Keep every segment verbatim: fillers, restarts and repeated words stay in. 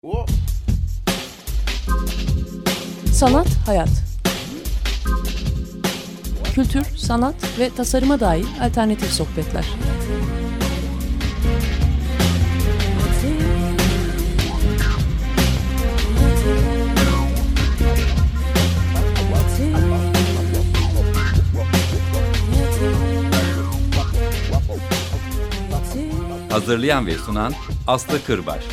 Sanat, hayat. Kültür, sanat ve tasarıma dair alternatif sohbetler. Hazırlayan ve sunan Aslı Kırbaş.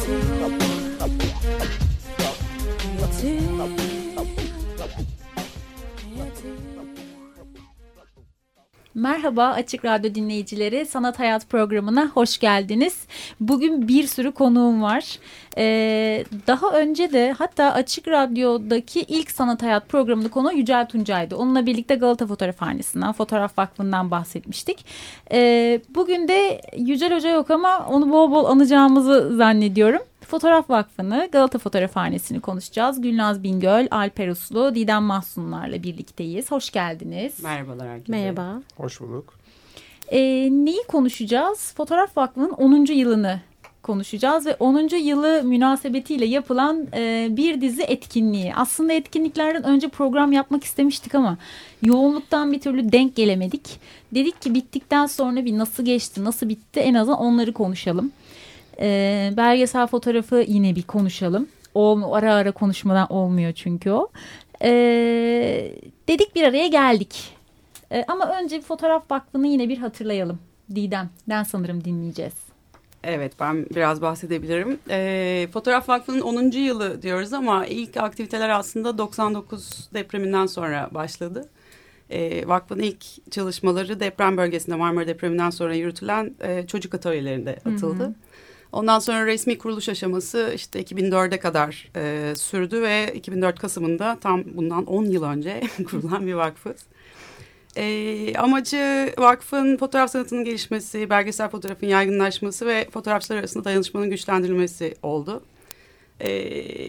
Merhaba Açık Radyo dinleyicileri, Sanat Hayat programına hoş geldiniz. Bugün bir sürü konuğum var. Ee, daha önce de hatta Açık Radyo'daki ilk Sanat Hayat programında konu Yücel Tuncay'dı. Onunla birlikte Galata Fotoğrafhanesi'nden, Fotoğraf Vakfı'ndan bahsetmiştik. Ee, bugün de Yücel Hoca yok ama onu bol bol anacağımızı zannediyorum. Fotoğraf Vakfı'nı, Galata Fotoğrafhanesi'ni konuşacağız. Gülnaz Bingöl, Alper Uslu, Didem Mahsunlar'la birlikteyiz. Hoş geldiniz. Merhabalar herkese. Merhaba. Hoş bulduk. Ee, neyi konuşacağız? Fotoğraf Vakfı'nın onuncu yılını konuşacağız ve onuncu yılı münasebetiyle yapılan e, bir dizi etkinliği. Aslında etkinliklerden önce program yapmak istemiştik ama yoğunluktan bir türlü denk gelemedik. Dedik ki bittikten sonra bir nasıl geçti, nasıl bitti en azından onları konuşalım. E, belgesel fotoğrafı yine bir konuşalım. O, ara ara konuşmadan olmuyor çünkü o. E, dedik bir araya geldik. E, ama önce Fotoğraf Vakfı'nı yine bir hatırlayalım. Didem'den sanırım dinleyeceğiz. Evet, ben biraz bahsedebilirim. E, Fotoğraf Vakfı'nın onuncu yılı diyoruz ama ilk aktiviteler aslında doksan dokuz depreminden sonra başladı. E, Vakfın ilk çalışmaları deprem bölgesinde Marmara depreminden sonra yürütülen e, çocuk atölyelerinde atıldı. Hı hı. Ondan sonra resmi kuruluş aşaması işte iki bin dörde kadar e, sürdü ve iki bin dört Kasım'ında tam bundan on yıl önce kurulan bir vakfız. E, amacı vakfın fotoğraf sanatının gelişmesi, belgesel fotoğrafın yaygınlaşması ve fotoğrafçılar arasında dayanışmanın güçlendirilmesi oldu. E,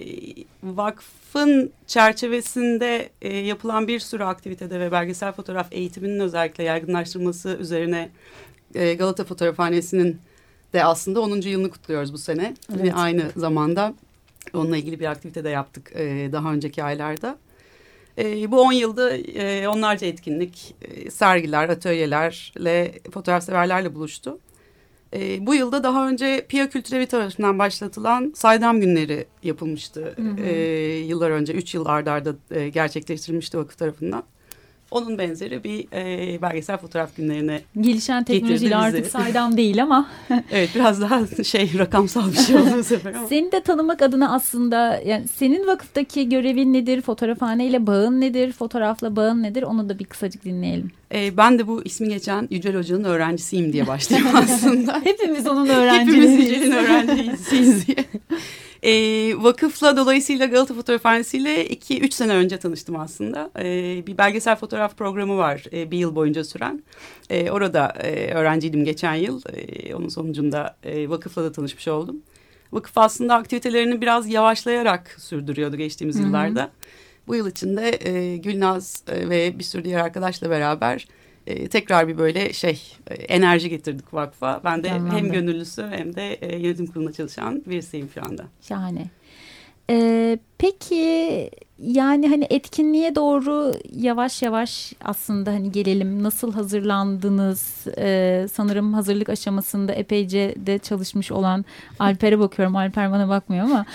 vakfın çerçevesinde e, yapılan bir sürü aktivitede ve belgesel fotoğraf eğitiminin özellikle yaygınlaştırılması üzerine e, Galata Fotoğrafhanesi'nin de aslında onuncu yılını kutluyoruz bu sene. Evet. Ve aynı zamanda onunla ilgili bir aktivite de yaptık e, daha önceki aylarda. E, bu on yılda e, onlarca etkinlik, e, sergiler, atölyelerle, fotoğraf severlerle buluştu. E, bu yılda daha önce Pia Kültürevi tarafından başlatılan Saydam Günleri yapılmıştı. Hı hı. E, yıllar önce, üç yıl arda arda e, gerçekleştirilmişti vakıf tarafından. Onun benzeri bir e, belgesel fotoğraf günlerine gelişen teknolojiyle artık saydam değil ama. Evet, biraz daha şey rakamsal bir şey oldu bu sefer ama. Seni de tanımak adına aslında yani senin vakıftaki görevin nedir? Fotoğrafhaneyle bağın nedir? Fotoğrafla bağın nedir? Onu da bir kısacık dinleyelim. E, ben de bu ismi geçen Yücel Hoca'nın öğrencisiyim diye başlayayım aslında. Hepimiz onun öğrencisiyiz. Hepimiz Yücel'in öğrencisiyiz diye. E, vakıfla dolayısıyla Galata Fotoğrafhanesi'yle iki üç sene önce tanıştım aslında. E, bir belgesel fotoğraf programı var e, bir yıl boyunca süren. E, orada e, öğrenciydim geçen yıl. E, onun sonucunda e, vakıfla da tanışmış oldum. Vakıf aslında aktivitelerini biraz yavaşlayarak sürdürüyordu geçtiğimiz Hı-hı. yıllarda. Bu yıl içinde e, Gülnaz e, ve bir sürü diğer arkadaşla beraber e, tekrar bir böyle şey e, enerji getirdik vakfa. Ben de Anladım. hem gönüllüsü hem de e, yönetim kurulunda çalışan birisiyim şu anda. Şahane. Ee, peki yani hani etkinliğe doğru yavaş yavaş aslında hani gelelim. Nasıl hazırlandınız? Ee, sanırım hazırlık aşamasında epeyce de çalışmış olan Alper'e bakıyorum. Alper bana bakmıyor ama.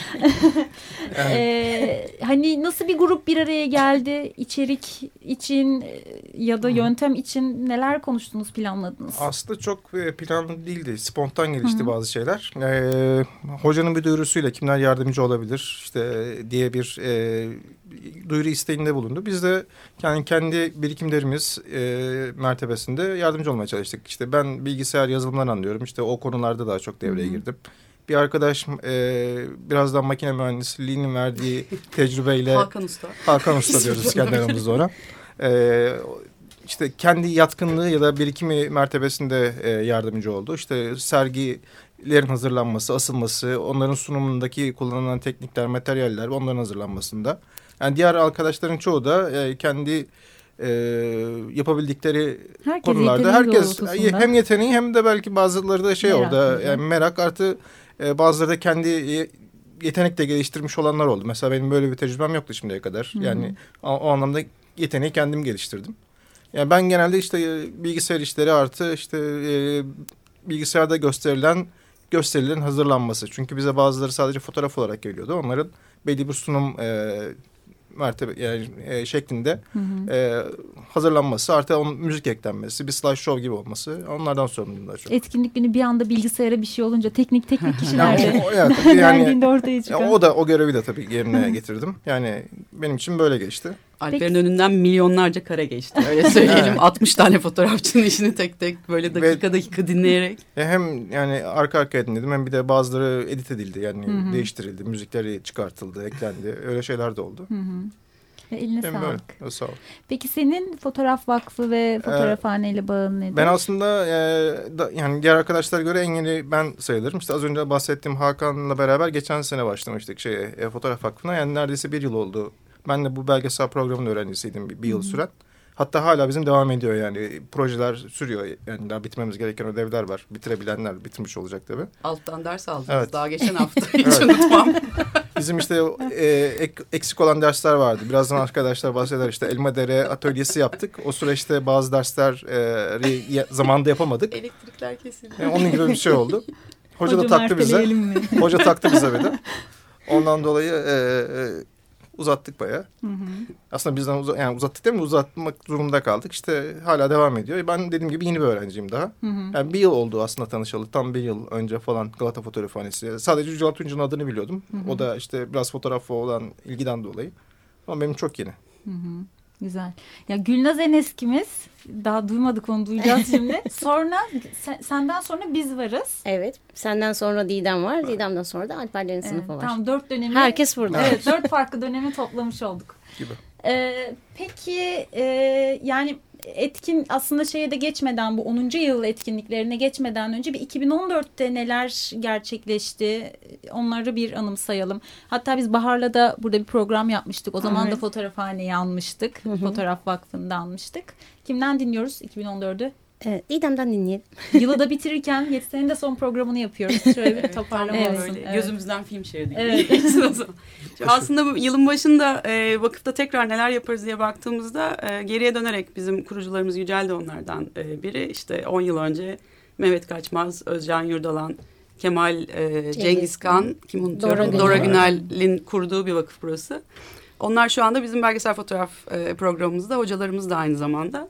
ee, hani nasıl bir grup bir araya geldi? İçerik için ya da yöntem için neler konuştunuz, planladınız? Aslında çok planlı değildi. Spontan gelişti Hı-hı. bazı şeyler. Ee, hocanın bir duyurusuyla kimler yardımcı olabilir işte diye bir e, duyuru isteğinde bulundu. Biz de yani kendi birikimlerimiz e, mertebesinde yardımcı olmaya çalıştık. İşte ben bilgisayar yazılımından anlıyorum. İşte o konularda daha çok devreye Hı-hı. girdim. Bir arkadaş e, birazdan makine mühendisliğinin verdiği tecrübeyle Hakan Usta. Hakan Usta diyoruz kendi aramızda ona. E, işte kendi yatkınlığı ya da birikimi mertebesinde e, yardımcı oldu. İşte sergilerin hazırlanması, asılması, onların sunumundaki kullanılan teknikler, materyaller, onların hazırlanmasında. Yani diğer arkadaşların çoğu da e, kendi e, yapabildikleri herkes konularda herkes hem yeteneği hem de belki bazıları da şey merak orada yani merak artı e, bazıları da kendi yetenek de geliştirmiş olanlar oldu. Mesela benim böyle bir tecrübem yoktu şimdiye kadar. Hı-hı. Yani o, o anlamda yeteneği kendim geliştirdim. Yani ben genelde işte bilgisayar işleri artı işte e, bilgisayarda gösterilen gösterilerin hazırlanması. Çünkü bize bazıları sadece fotoğraf olarak geliyordu. Onların belli bir sunum e, mertebe yani e, şeklinde hı hı. E, hazırlanması, artı onun müzik eklenmesi, bir slideshow gibi olması, onlardan sorumluyum daha çok. Etkinlik günü bir anda bilgisayara bir şey olunca teknik teknik kişiler de yani, o, evet, yani, ortaya çıkan. O da o görevi de tabii yerine getirdim. Yani benim için böyle geçti. Alper'in önünden milyonlarca kare geçti. Öyle söyleyelim. altmış tane fotoğrafçının işini tek tek böyle dakika Ve, dakika dinleyerek. Hem yani arka arkaya dinledim, hem bir de bazıları edit edildi. Yani hı hı. değiştirildi. Müzikleri çıkartıldı, eklendi. Öyle şeyler de oldu. Hı hı. Eline hem sağlık. Böyle, sağ ol. Peki senin Fotoğraf Vakfı ve fotoğrafhaneyle ee, bağın nedir? Ben aslında e, da, yani diğer arkadaşlara göre en yeni ben sayılırım. İşte az önce bahsettiğim Hakan'la beraber geçen sene başlamıştık şeye, e, Fotoğraf Vakfı'na. Yani neredeyse bir yıl oldu. Ben de bu belgesel programının öğrencisiydim bir, bir yıl süren. Hatta hala bizim devam ediyor yani. Projeler sürüyor. Yani daha bitmemiz gereken ödevler var. Bitirebilenler bitirmiş olacak tabii. Alttan ders aldınız. Evet. Daha geçen hafta hiç evet. unutmam. Bizim işte e, ek, eksik olan dersler vardı. Birazdan arkadaşlar bahseder, işte Elmadere atölyesi yaptık. O süreçte bazı dersler e, zamanında yapamadık. Elektrikler kesildi. Yani onun gibi bir şey oldu. Hoca da taktı bize. Hoca taktı bize bir de. Ondan dolayı e, e, uzattık bayağı. Hı hı. Aslında bizden uza, yani uzattık değil mi? Uzatmak durumunda kaldık. İşte hala devam ediyor. Ben dediğim gibi yeni bir öğrenciyim daha. Hı hı. Yani bir yıl oldu aslında tanışalı. Tam bir yıl önce falan Galata Fotoğrafhanesi. Sadece Yücel Tunç'un adını biliyordum. Hı hı. O da işte biraz fotoğrafa olan ilgiden dolayı. Ama benim çok yeni. Hı hı. Güzel. Ya Gülnaz en eskimiz. Daha duymadık, onu duyacağız şimdi. Sonra sen, senden sonra biz varız. Evet. Senden sonra Didem var. Didem'den sonra da Alperlerin evet, sınıfı var. Tamam, dört dönemi. Herkes burada. Evet, dört farklı dönemi toplamış olduk. Gibi. Ee, peki e, yani etkin aslında şeye de geçmeden, bu onuncu yıl etkinliklerine geçmeden önce bir iki bin on dörtte neler gerçekleşti, onları bir anımsayalım. Hatta biz Bahar'la da burada bir program yapmıştık. O zaman evet. da fotoğrafhaneyi almıştık. Hı hı. Fotoğraf Vakfı'nda almıştık. Kimden dinliyoruz iki bin on dördü? Ee, İdem'den dinleyelim. Yılı da bitirirken Yetsen'in de son programını yapıyoruz. Şöyle bir toparlama evet, olsun. Böyle. Evet. Gözümüzden film şeridi. Evet. Aslında bu yılın başında e, vakıfta tekrar neler yaparız diye baktığımızda e, geriye dönerek bizim kurucularımız Yücel de onlardan e, biri. İşte on yıl önce Mehmet Kaçmaz, Özcan Yurdalan, Kemal e, Cengiz, Cengiz Kan, kim unutuyorum? Dora, Dora Günel'in kurduğu bir vakıf burası. Onlar şu anda bizim belgesel fotoğraf e, programımızda, hocalarımız da aynı zamanda.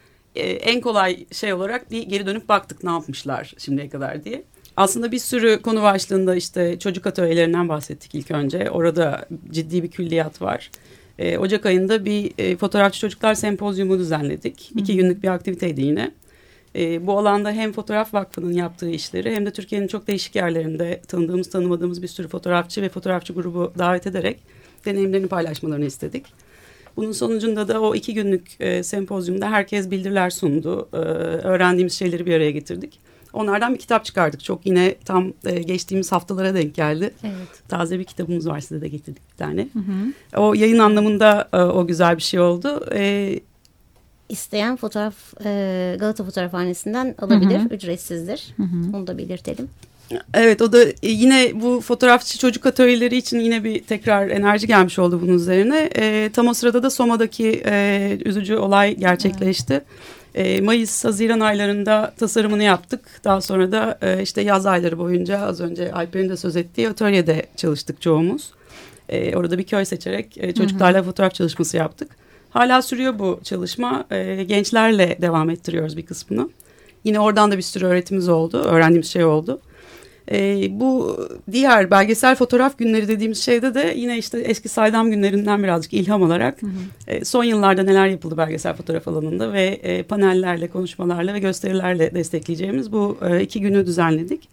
En kolay şey olarak bir geri dönüp baktık ne yapmışlar şimdiye kadar diye. Aslında bir sürü konu başlığında işte çocuk atölyelerinden bahsettik ilk önce. Orada ciddi bir külliyat var. Ee, Ocak ayında bir e, fotoğrafçı çocuklar sempozyumu düzenledik. Hı. İki günlük bir aktiviteydi yine. E, bu alanda hem Fotoğraf Vakfı'nın yaptığı işleri hem de Türkiye'nin çok değişik yerlerinde tanıdığımız tanımadığımız bir sürü fotoğrafçı ve fotoğrafçı grubu davet ederek deneyimlerini paylaşmalarını istedik. Bunun sonucunda da o iki günlük e, sempozyumda herkes bildiriler sundu. E, öğrendiğimiz şeyleri bir araya getirdik. Onlardan bir kitap çıkardık. Çok yine tam e, geçtiğimiz haftalara denk geldi. Evet. Taze bir kitabımız var, size de getirdik bir tane. Hı hı. O yayın anlamında e, o güzel bir şey oldu. E, İsteyen fotoğraf e, Galata Fotoğrafhanesi'nden alabilir. Hı hı. Ücretsizdir. Hı hı. Onu da belirtelim. Evet, o da yine bu fotoğrafçı çocuk atölyeleri için yine bir tekrar enerji gelmiş oldu bunun üzerine. E, tam o sırada da Soma'daki e, üzücü olay gerçekleşti. Evet. E, Mayıs-Haziran aylarında tasarımını yaptık. Daha sonra da e, işte yaz ayları boyunca az önce Alper'in de söz ettiği atölyede çalıştık çoğumuz. E, orada bir köy seçerek e, çocuklarla hı hı. fotoğraf çalışması yaptık. Hala sürüyor bu çalışma. E, gençlerle devam ettiriyoruz bir kısmını. Yine oradan da bir sürü öğretimiz oldu. Öğrendiğimiz şey oldu. Ee, bu diğer belgesel fotoğraf günleri dediğimiz şeyde de yine işte eski saydam günlerinden birazcık ilham alarak hı hı. E, son yıllarda neler yapıldı belgesel fotoğraf alanında ve e, panellerle, konuşmalarla ve gösterilerle destekleyeceğimiz bu e, iki günü düzenledik.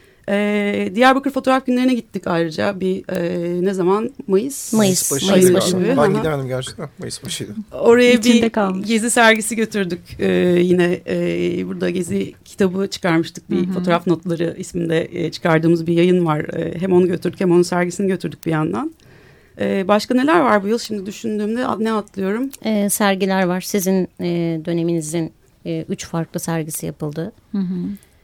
E, Diyarbakır Fotoğraf Günlerine gittik ayrıca bir e, ne zaman? Mayıs. Mayıs. Mayıs, Mayıs başı. başı. Ben gidemedim gerçekten. Mayıs başıydı. Oraya İçinde bir kalmış. Gezi sergisi götürdük. E, yine e, burada gezi kitabı çıkarmıştık. Bir hı hı. fotoğraf notları isminde e, çıkardığımız bir yayın var. E, hem onu götürdük hem onun sergisini götürdük bir yandan. E, başka neler var bu yıl? Şimdi düşündüğümde ne atlıyorum? E, sergiler var. Sizin e, döneminizin e, üç farklı sergisi yapıldı. Hı hı.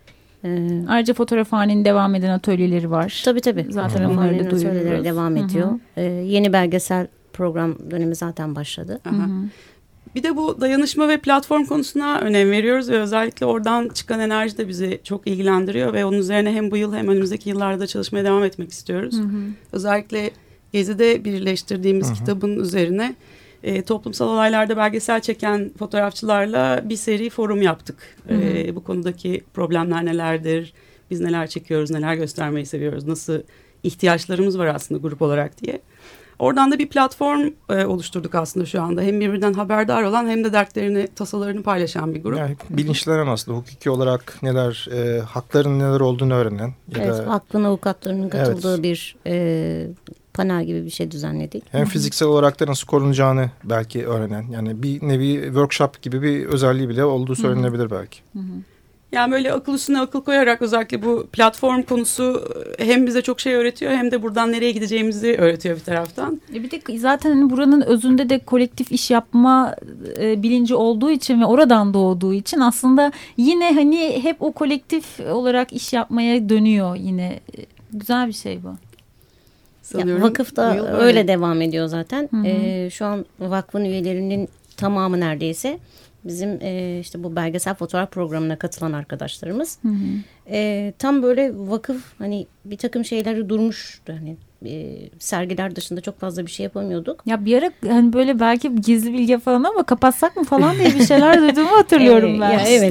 Ee, Ayrıca fotoğrafhanenin devam eden atölyeleri var. tabii tabii. Zaten onları da Fotoğrafhanenin atölyeleri duyuruyoruz. devam ediyor. Hı hı. Ee, yeni belgesel program dönemi zaten başladı. Aha. Bir de bu dayanışma ve platform konusuna önem veriyoruz ve özellikle oradan çıkan enerji de bizi çok ilgilendiriyor ve onun üzerine hem bu yıl hem önümüzdeki yıllarda çalışmaya devam etmek istiyoruz. Hı hı. Özellikle Gezi'de birleştirdiğimiz hı hı. kitabın üzerine e, toplumsal olaylarda belgesel çeken fotoğrafçılarla bir seri forum yaptık. Hı hı. E, bu konudaki problemler nelerdir, biz neler çekiyoruz, neler göstermeyi seviyoruz, nasıl ihtiyaçlarımız var aslında grup olarak diye. Oradan da bir platform e, oluşturduk aslında şu anda. Hem birbirinden haberdar olan hem de dertlerini, tasalarını paylaşan bir grup. Yani bilinçlenen aslında hukuki olarak neler, e, hakların neler olduğunu öğrenen. Ya evet, da, hakkın avukatlarının katıldığı evet. bir e, panel gibi bir şey düzenledik. Hem fiziksel olarak da nasıl korunacağını belki öğrenen. Yani bir nevi workshop gibi bir özelliği bile olduğu söylenebilir belki. Hı hı. Yani böyle akıl üstüne akıl koyarak özellikle bu platform konusu hem bize çok şey öğretiyor hem de buradan nereye gideceğimizi öğretiyor bir taraftan. E bir de zaten hani buranın özünde de kolektif iş yapma e, bilinci olduğu için ve oradan doğduğu için aslında yine hani hep o kolektif olarak iş yapmaya dönüyor yine. E, güzel bir şey bu. Ya, vakıf da öyle devam ediyor zaten. Hı hı. E, şu an vakfın üyelerinin tamamı neredeyse bizim e, işte bu belgesel fotoğraf programına katılan arkadaşlarımız. Hı hı. E, tam böyle vakıf hani bir takım şeyleri durmuştu. Hani e, sergiler dışında çok fazla bir şey yapamıyorduk. Ya bir ara hani böyle belki gizli bilgi falan ama kapatsak mı falan diye bir şeyler duyduğumu hatırlıyorum e, ben. Ya, evet.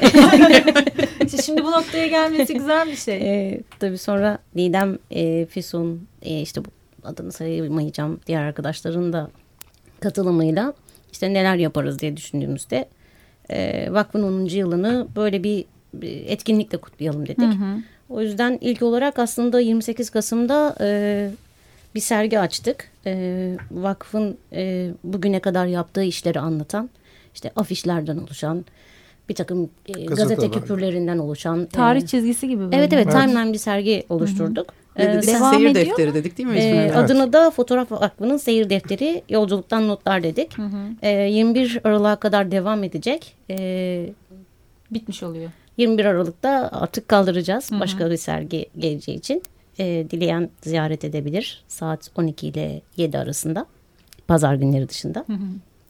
İşte şimdi bu noktaya gelmesi güzel bir şey. E, tabii sonra Didem, e, Füsun, e, işte bu adını sayamayacağım diğer arkadaşların da katılımıyla İşte neler yaparız diye düşündüğümüzde e, vakfın onuncu yılını böyle bir, bir etkinlikle kutlayalım dedik. Hı hı. O yüzden ilk olarak aslında yirmi sekiz Kasım'da e, bir sergi açtık. E, vakfın e, bugüne kadar yaptığı işleri anlatan, işte afişlerden oluşan, bir takım e, gazete küpürlerinden oluşan. Tarih e, çizgisi gibi böyle. Evet evet, evet. Timeline bir sergi oluşturduk. Hı hı. Ne dedik? Devam seyir ediyor defteri mu? dedik değil mi? Ee, Evet. Adını da Fotoğraf Vakfı'nın seyir defteri, yolculuktan notlar dedik. Hı hı. Ee, yirmi bir Aralık'a kadar devam edecek. Ee, Bitmiş oluyor. yirmi bir Aralık'ta artık kaldıracağız. Hı hı. Başka bir sergi geleceği için. Ee, dileyen ziyaret edebilir. Saat on iki ile yedi arasında. Pazar günleri dışında. Hı hı.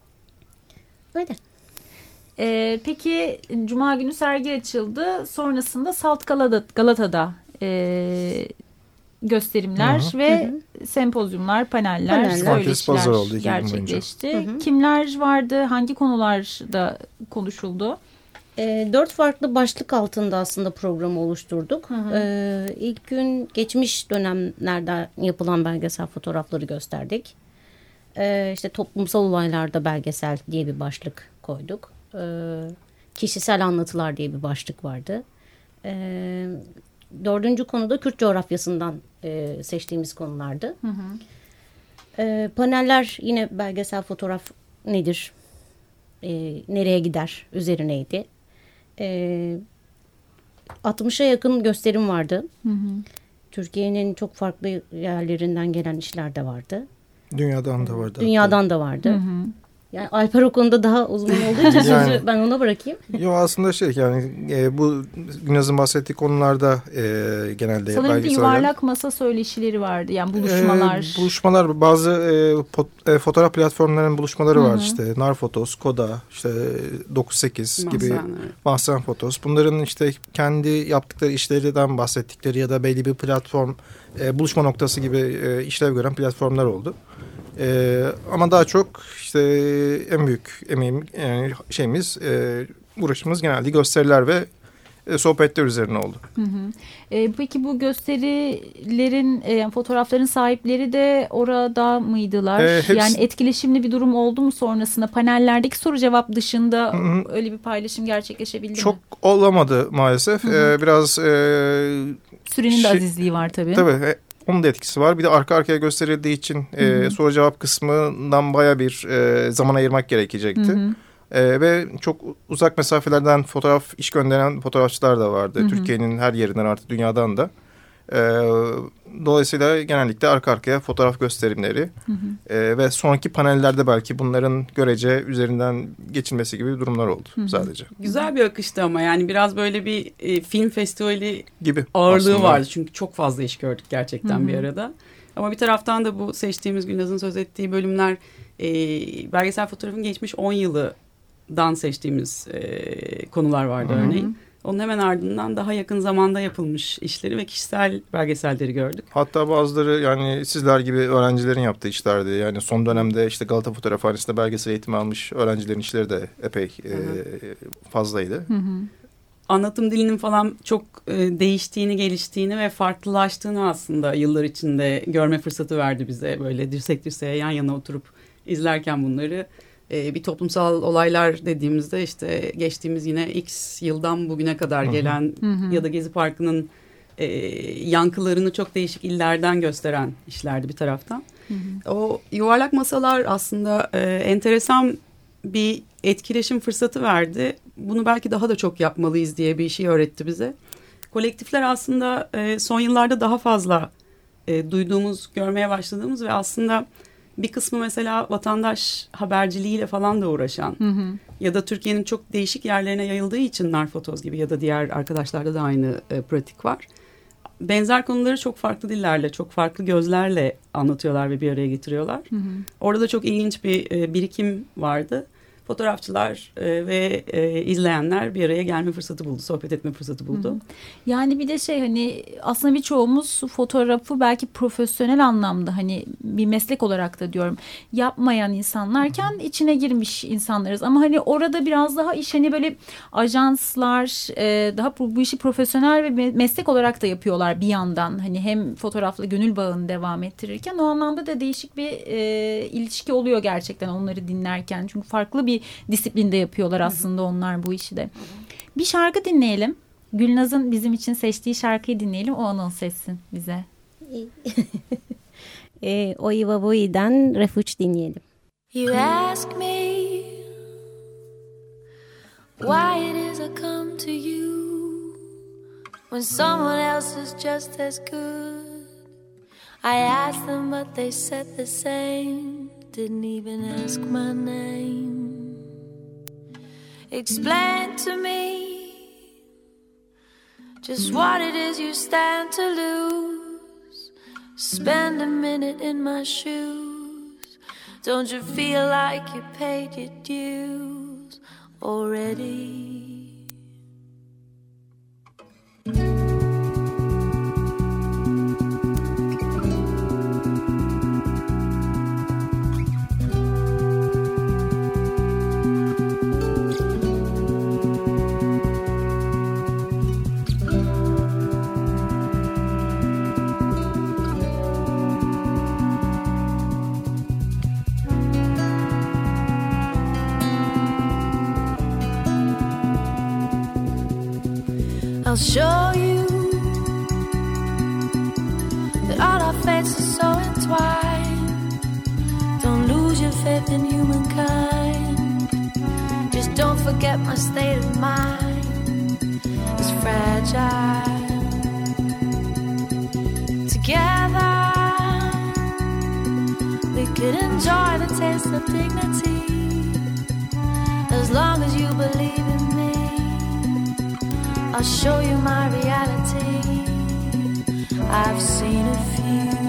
Öyle. Ee, peki Cuma günü sergi açıldı. Sonrasında Salt Galata, Galata'da e, gösterimler hı hı. ve hı hı. sempozyumlar, paneller, paneller. söyleşiler gerçekleşti. Hı hı. Kimler vardı? Hangi konularda konuşuldu? E, dört farklı başlık altında aslında programı oluşturduk. Hı hı. E, ilk gün geçmiş dönemlerde yapılan belgesel fotoğrafları gösterdik. E, işte toplumsal olaylarda belgesel diye bir başlık koyduk. E, kişisel anlatılar diye bir başlık vardı. E, dördüncü konuda Kürt coğrafyasından e, seçtiğimiz konulardı. Hı hı. E, paneller yine belgesel fotoğraf nedir, e, nereye gider üzerineydi. E, altmışa yakın gösterim vardı. Hı hı. Türkiye'nin çok farklı yerlerinden gelen işler de vardı. Dünyadan da vardı. Dünyadan hatta. da vardı. Hı hı. Yani Alper o konuda daha uzman olduğu için yani, sözü ben ona bırakayım. Yok aslında şey yani e, bu Günaz'ın bahsettiği konularda e, genelde sanırım bir yuvarlak masa söyleşileri vardı. Yani buluşmalar. E, buluşmalar bazı e, pot, e, fotoğraf platformlarının buluşmaları var. İşte Narfotos, Koda, işte dokuz sekiz Mahsen, gibi evet. Mahsen Fotos. Bunların işte kendi yaptıkları işlerden bahsettikleri ya da belli bir platform e, buluşma noktası gibi e, işlev gören platformlar oldu. Ee, ama daha çok işte en büyük emeğim yani şeyimiz e, uğraşımız genelde gösteriler ve e, sohbetler üzerine oldu. Hı hı. E, peki bu gösterilerin e, fotoğrafların sahipleri de orada mıydılar? E, hepsi... Yani etkileşimli bir durum oldu mu sonrasında? Panellerdeki soru cevap dışında hı hı. öyle bir paylaşım gerçekleşebildi çok mi? Çok olamadı maalesef. Hı hı. Ee, biraz e, sürenin şey, de azizliği var tabii. Tabii. E, Onun da etkisi var. Bir de arka arkaya gösterildiği için e, soru cevap kısmından baya bir e, zaman ayırmak gerekecekti. Hı hı. E, ve çok uzak mesafelerden fotoğraf iş gönderen fotoğrafçılar da vardı. Hı hı. Türkiye'nin her yerinden artık dünyadan da. E, dolayısıyla genellikle arka arkaya fotoğraf gösterimleri hı hı. E, ve sonraki panellerde belki bunların görece üzerinden geçilmesi gibi durumlar oldu hı hı. sadece. Güzel bir akıştı ama yani biraz böyle bir e, film festivali gibi ağırlığı aslında vardı. Çünkü çok fazla iş gördük gerçekten hı hı. bir arada. Ama bir taraftan da bu seçtiğimiz Gülnaz'ın söz ettiği bölümler e, belgesel fotoğrafın geçmiş on yılıdan seçtiğimiz e, konular vardı hı hı. örneğin. Onun hemen ardından daha yakın zamanda yapılmış işleri ve kişisel belgeselleri gördük. Hatta bazıları yani sizler gibi öğrencilerin yaptığı işlerdi. Yani son dönemde işte Galata Fotoğrafhanesi'nde belgesel eğitimi almış öğrencilerin işleri de epey e, fazlaydı. Hı hı. Anlatım dilinin falan çok e, değiştiğini, geliştiğini ve farklılaştığını aslında yıllar içinde görme fırsatı verdi bize. Böyle dirsek dirseğe yan yana oturup izlerken bunları. Bir toplumsal olaylar dediğimizde işte geçtiğimiz yine X yıldan bugüne kadar gelen hı hı. ya da Gezi Parkı'nın e, yankılarını çok değişik illerden gösteren işlerdi bir taraftan. Hı hı. O yuvarlak masalar aslında e, enteresan bir etkileşim fırsatı verdi. Bunu belki daha da çok yapmalıyız diye bir şey öğretti bize. Kolektifler aslında e, son yıllarda daha fazla e, duyduğumuz, görmeye başladığımız ve aslında bir kısmı mesela vatandaş haberciliğiyle falan da uğraşan hı hı. ya da Türkiye'nin çok değişik yerlerine yayıldığı için Narfotoz gibi ya da diğer arkadaşlarda da aynı e, pratik var. Benzer konuları çok farklı dillerle, çok farklı gözlerle anlatıyorlar ve bir araya getiriyorlar. Hı hı. Orada da çok ilginç bir e, birikim vardı. Fotoğrafçılar e, ve e, izleyenler bir araya gelme fırsatı buldu, sohbet etme fırsatı buldu. Hı hı. Yani bir de şey hani aslında birçoğumuz fotoğrafı belki profesyonel anlamda hani bir meslek olarak da diyorum yapmayan insanlarken hı hı. içine girmiş insanlarız. Ama hani orada biraz daha iş hani böyle ajanslar e, daha bu işi profesyonel ve meslek olarak da yapıyorlar bir yandan. Hani hem fotoğrafla gönül bağını devam ettirirken o anlamda da değişik bir e, ilişki oluyor gerçekten onları dinlerken. Çünkü farklı bir disiplinde yapıyorlar aslında onlar bu işi de. Bir şarkı dinleyelim. Gülnaz'ın bizim için seçtiği şarkıyı dinleyelim. O anons etsin bize. e, Oiva Boi'den Refuge dinleyelim. You ask me why it is I come to you when someone else is just as good. I asked them but they said the same. Didn't even ask my name. Explain to me just what it is you stand to lose. Spend a minute in my shoes. Don't you feel like you paid your dues already? I'll show you that all our fates are so entwined. Don't lose your faith in humankind. Just don't forget my state of mind is fragile. Together we could enjoy the taste of dignity as long as you believe in me. I'll show you my reality. I've seen a few.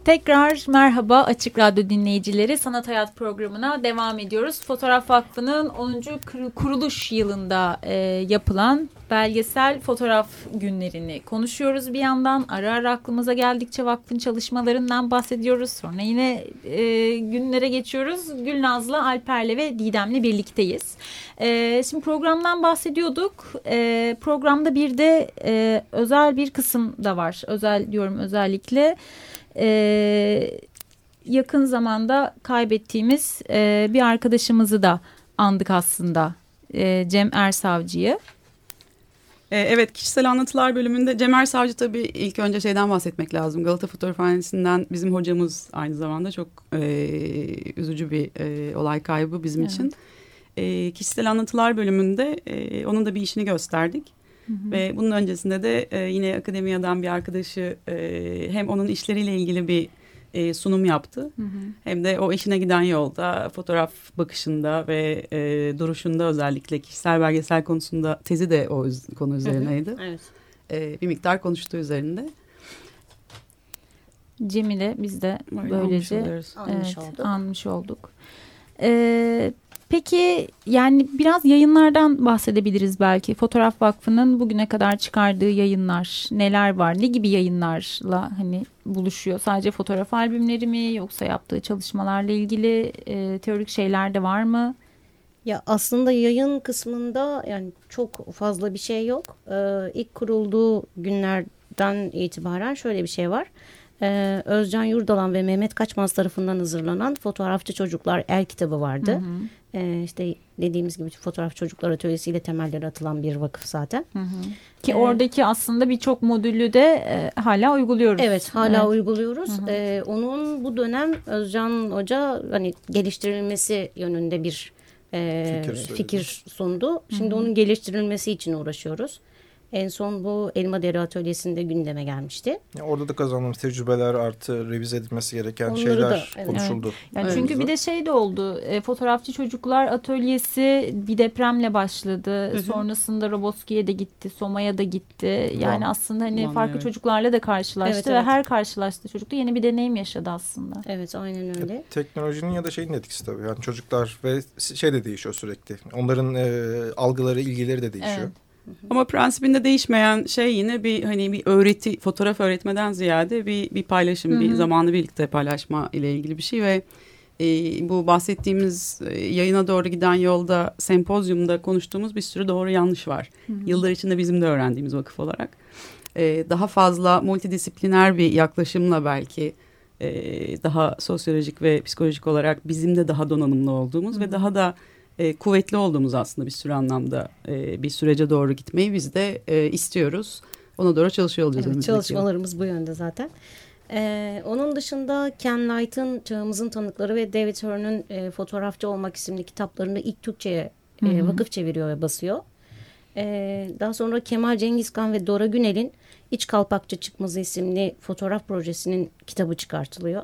Tekrar merhaba Açık Radyo dinleyicileri. Sanat Hayat programına devam ediyoruz. Fotoğraf Vakfı'nın onuncu kuruluş yılında e, yapılan belgesel fotoğraf günlerini konuşuyoruz bir yandan. Ara ara aklımıza geldikçe vakfın çalışmalarından bahsediyoruz. Sonra yine e, günlere geçiyoruz. Gülnaz'la, Alper'le ve Didem'le birlikteyiz. E, şimdi programdan bahsediyorduk. E, programda bir de e, özel bir kısım da var. Özel diyorum özellikle. Ee, yakın zamanda kaybettiğimiz e, bir arkadaşımızı da andık aslında, e, Cem Ersavcı'yı. Ee, evet, kişisel anlatılar bölümünde Cem Ersavcı, tabii ilk önce şeyden bahsetmek lazım. Galata Fotoğrafhanesi'nden bizim hocamız, aynı zamanda çok e, üzücü bir e, olay kaybı bizim evet. için. E, kişisel anlatılar bölümünde e, onun da bir işini gösterdik. Hı hı. Ve bunun öncesinde de e, yine akademiyeden bir arkadaşı e, hem onun işleriyle ilgili bir e, sunum yaptı. Hı hı. Hem de o işine giden yolda fotoğraf bakışında ve e, duruşunda, özellikle kişisel belgesel konusunda, tezi de o konu üzerineydi. Hı hı. Evet. E, bir miktar konuştuğu üzerinde. Cemile biz de Böyle böylece almış, evet, olduk. anmış olduk. Evet. Peki yani biraz yayınlardan bahsedebiliriz belki. Fotoğraf Vakfı'nın bugüne kadar çıkardığı yayınlar neler var? Ne gibi yayınlarla hani buluşuyor? Sadece fotoğraf albümleri mi, yoksa yaptığı çalışmalarla ilgili e, teorik şeyler de var mı? Ya aslında yayın kısmında yani çok fazla bir şey yok. Ee, ilk kurulduğu günlerden itibaren şöyle bir şey var. Ee, Özcan Yurdalan ve Mehmet Kaçmaz tarafından hazırlanan Fotoğrafçı Çocuklar El kitabı vardı. Hı hı. Ee, işte dediğimiz gibi Fotoğraf Çocuklar Atölyesi ile temelleri atılan bir vakıf zaten. Hı hı. Ki ee, oradaki aslında birçok modülü de e, hala uyguluyoruz. Evet, hala evet. uyguluyoruz. Hı hı. Ee, onun bu dönem Özcan Hoca hani geliştirilmesi yönünde bir e, fikir, fikir sundu. Şimdi hı hı. onun geliştirilmesi için uğraşıyoruz. En son bu Elmadere Atölyesi'nde gündeme gelmişti. Ya orada da kazandığımız tecrübeler artı revize edilmesi gereken Onları şeyler da, evet. konuşuldu. Evet. Yani evet. Çünkü bir de şey de oldu. E, Fotoğrafçı Çocuklar Atölyesi bir depremle başladı. Hı hı. Sonrasında Roboski'ye de gitti. Soma'ya da gitti. Yani Van. aslında hani Van, farklı evet. çocuklarla da karşılaştı. Evet, ve evet. her karşılaştığı çocuk da yeni bir deneyim yaşadı aslında. Evet, aynen öyle. Ya, teknolojinin ya da şeyin etkisi tabii. Yani çocuklar ve şey de değişiyor sürekli. Onların e, algıları, ilgileri de değişiyor. Evet. Ama prensibinde değişmeyen şey yine bir hani bir öğreti, fotoğraf öğretmeden ziyade bir bir paylaşım, hı hı. bir zamanı birlikte paylaşma ile ilgili bir şey ve e, bu bahsettiğimiz e, yayına doğru giden yolda, sempozyumda konuştuğumuz bir sürü doğru yanlış var. Hı hı. Yıllar içinde bizim de öğrendiğimiz vakıf olarak. E, daha fazla multidisipliner bir yaklaşımla belki e, daha sosyolojik ve psikolojik olarak bizim de daha donanımlı olduğumuz, hı hı. ve daha da E, kuvvetli olduğumuz aslında bir sürü anlamda e, bir sürece doğru gitmeyi biz de e, istiyoruz. Ona doğru çalışıyor olacağız. Evet, çalışmalarımız bu yönde zaten. E, onun dışında Ken Light'ın Çağımızın Tanıkları ve David Hearn'ın e, Fotoğrafçı Olmak isimli kitaplarını ilk Türkçe'ye e, vakıf çeviriyor ve basıyor. E, daha sonra Kemal Cengizkan ve Dora Günel'in İç Kalpakçı Çıkmazı isimli fotoğraf projesinin kitabı çıkartılıyor.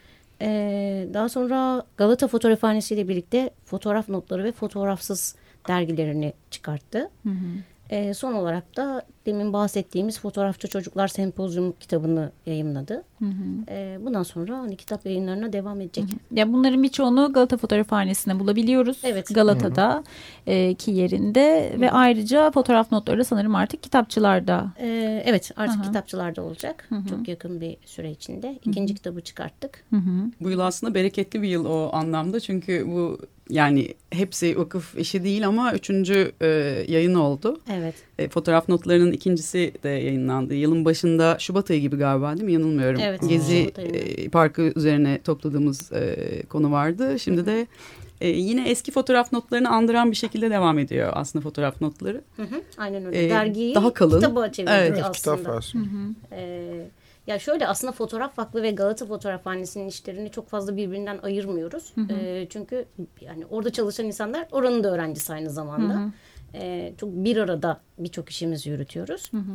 Ee, daha sonra Galata Fotoğrafhanesi ile birlikte fotoğraf notları ve fotoğrafsız dergilerini çıkarttı. Hı hı. Ee, son olarak da demin bahsettiğimiz Fotoğrafçı Çocuklar Sempozyum kitabını yayımladı. Hı hı. Ee, bundan sonra hani kitap yayınlarına devam edecek. Hı hı. Ya bunların birçoğunu Galata Fotoğrafhanesi'nde bulabiliyoruz. Evet. Galata'da e, ki yerinde hı hı. ve ayrıca fotoğraf notları sanırım artık kitapçılarda. Ee, evet, artık hı hı. kitapçılarda olacak. Hı hı. Çok yakın bir süre içinde. İkinci hı hı. kitabı çıkarttık. Hı hı. Bu yıl aslında bereketli bir yıl o anlamda. Çünkü bu yani hepsi vakıf işi değil ama üçüncü e, yayın oldu. Evet. E, fotoğraf notlarının ikincisi de yayınlandı. Yılın başında Şubat ayı gibi galiba, değil mi? Yanılmıyorum. Evet. Gezi e, Parkı üzerine topladığımız e, konu vardı. Şimdi hı hı. de e, yine eski fotoğraf notlarını andıran bir şekilde devam ediyor aslında fotoğraf notları. Hı hı. Aynen öyle. E, Dergiyi daha kalın. Kitaba çevirdik evet, aslında. Kitap var. Hı hı. E, Ya şöyle, aslında Fotoğraf Vakfı ve Galata Fotoğrafhanesi'nin işlerini çok fazla birbirinden ayırmıyoruz. Hı hı. E, çünkü yani orada çalışan insanlar oranın da öğrencisi aynı zamanda. Hı hı. E, çok bir arada birçok işimizi yürütüyoruz. Hı hı.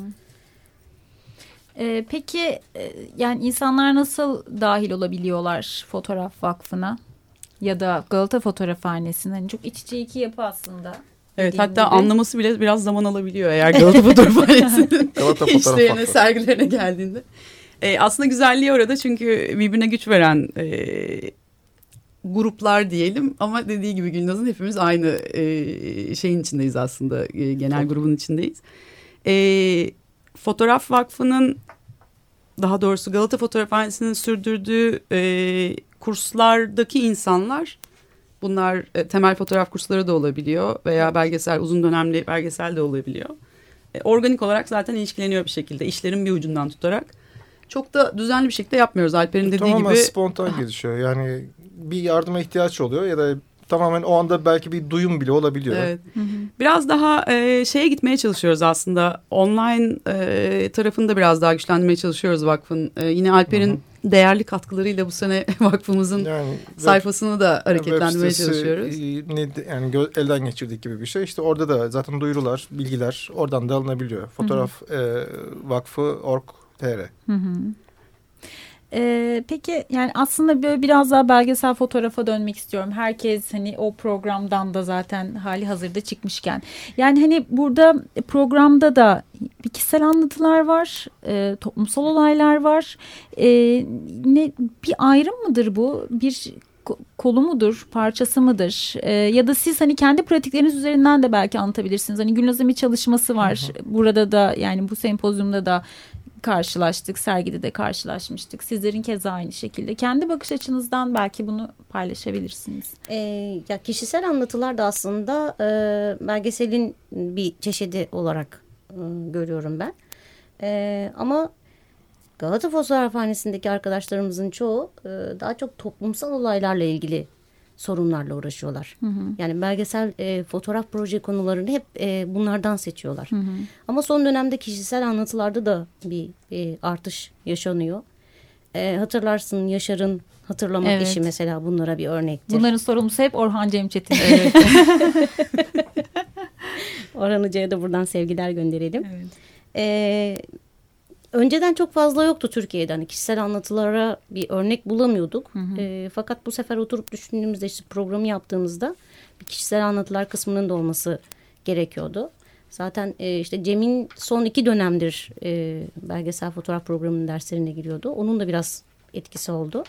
E, peki e, yani insanlar nasıl dahil olabiliyorlar Fotoğraf Vakfı'na ya da Galata Fotoğrafhanesi'ne? Hani çok iç içe iki yapı aslında. Evet, hatta gibi. Anlaması bile biraz zaman alabiliyor eğer Galata Fotoğrafhanesi'nin işlerine, sergilerine geldiğinde. E, aslında güzelliği orada çünkü birbirine güç veren e, gruplar diyelim ama dediği gibi Gülnaz'ın hepimiz aynı e, şeyin içindeyiz aslında, e, genel Çok. grubun içindeyiz. E, Fotoğraf Vakfı'nın, daha doğrusu Galata Fotoğrafhanesi'nin sürdürdüğü e, kurslardaki insanlar, bunlar e, temel fotoğraf kursları da olabiliyor veya belgesel, uzun dönemli belgesel de olabiliyor. E, organik olarak zaten ilişkileniyor bir şekilde, işlerin bir ucundan tutarak. Çok da düzenli bir şekilde yapmıyoruz. Alper'in dediği tamamen gibi. Tamamen spontan gelişiyor. Yani bir yardıma ihtiyaç oluyor ya da tamamen o anda belki bir duyum bile olabiliyor. Evet. Hı hı. Biraz daha e, şeye gitmeye çalışıyoruz aslında. Online e, tarafını da biraz daha güçlendirmeye çalışıyoruz vakfın. E, yine Alper'in hı hı. değerli katkılarıyla bu sene vakfımızın yani sayfasını web, da hareketlendirmeye sitesi, çalışıyoruz. Ne, yani gö- elden geçirdik gibi bir şey. İşte orada da zaten duyurular, bilgiler oradan da alınabiliyor. Fotoğraf hı hı. E, vakfı nokta org nokta tr. Hı hı. Ee, peki yani aslında böyle biraz daha belgesel fotoğrafa dönmek istiyorum. Herkes hani o programdan da zaten hali hazırda çıkmışken. Yani hani burada programda da bir kişisel anlatılar var, e, toplumsal olaylar var. E, ne bir ayrım mıdır bu? Bir kolu mudur, parçası mıdır? E, ya da siz hani kendi pratikleriniz üzerinden de belki anlatabilirsiniz. Hani Gülnaz'ın bir çalışması var. Hı hı. Burada da yani bu sempozyumda da karşılaştık, sergide de karşılaşmıştık. Sizlerin keza aynı şekilde. Kendi bakış açınızdan belki bunu paylaşabilirsiniz. E, ya kişisel anlatılar da aslında e, belgeselin bir çeşidi olarak e, görüyorum ben. E, ama Galata Fotoğrafhanesi'ndeki arkadaşlarımızın çoğu e, daha çok toplumsal olaylarla ilgili sorunlarla uğraşıyorlar. Hı hı. Yani belgesel e, fotoğraf proje konularını hep e, bunlardan seçiyorlar. Hı hı. Ama son dönemde kişisel anlatılarda da bir e, artış yaşanıyor. E, hatırlarsın Yaşar'ın hatırlamak evet. işi mesela bunlara bir örnektir. Bunların sorumlusu hep Orhan Cemçetin. Evet. Orhan Hoca'ya da buradan sevgiler gönderelim. Evet. E, Önceden çok fazla yoktu Türkiye'de. Hani kişisel anlatılara bir örnek bulamıyorduk. Hı hı. E, fakat bu sefer oturup düşündüğümüzde işte programı yaptığımızda bir kişisel anlatılar kısmının da olması gerekiyordu. Zaten e, işte Cem'in son iki dönemdir e, belgesel fotoğraf programının derslerine giriyordu. Onun da biraz etkisi oldu.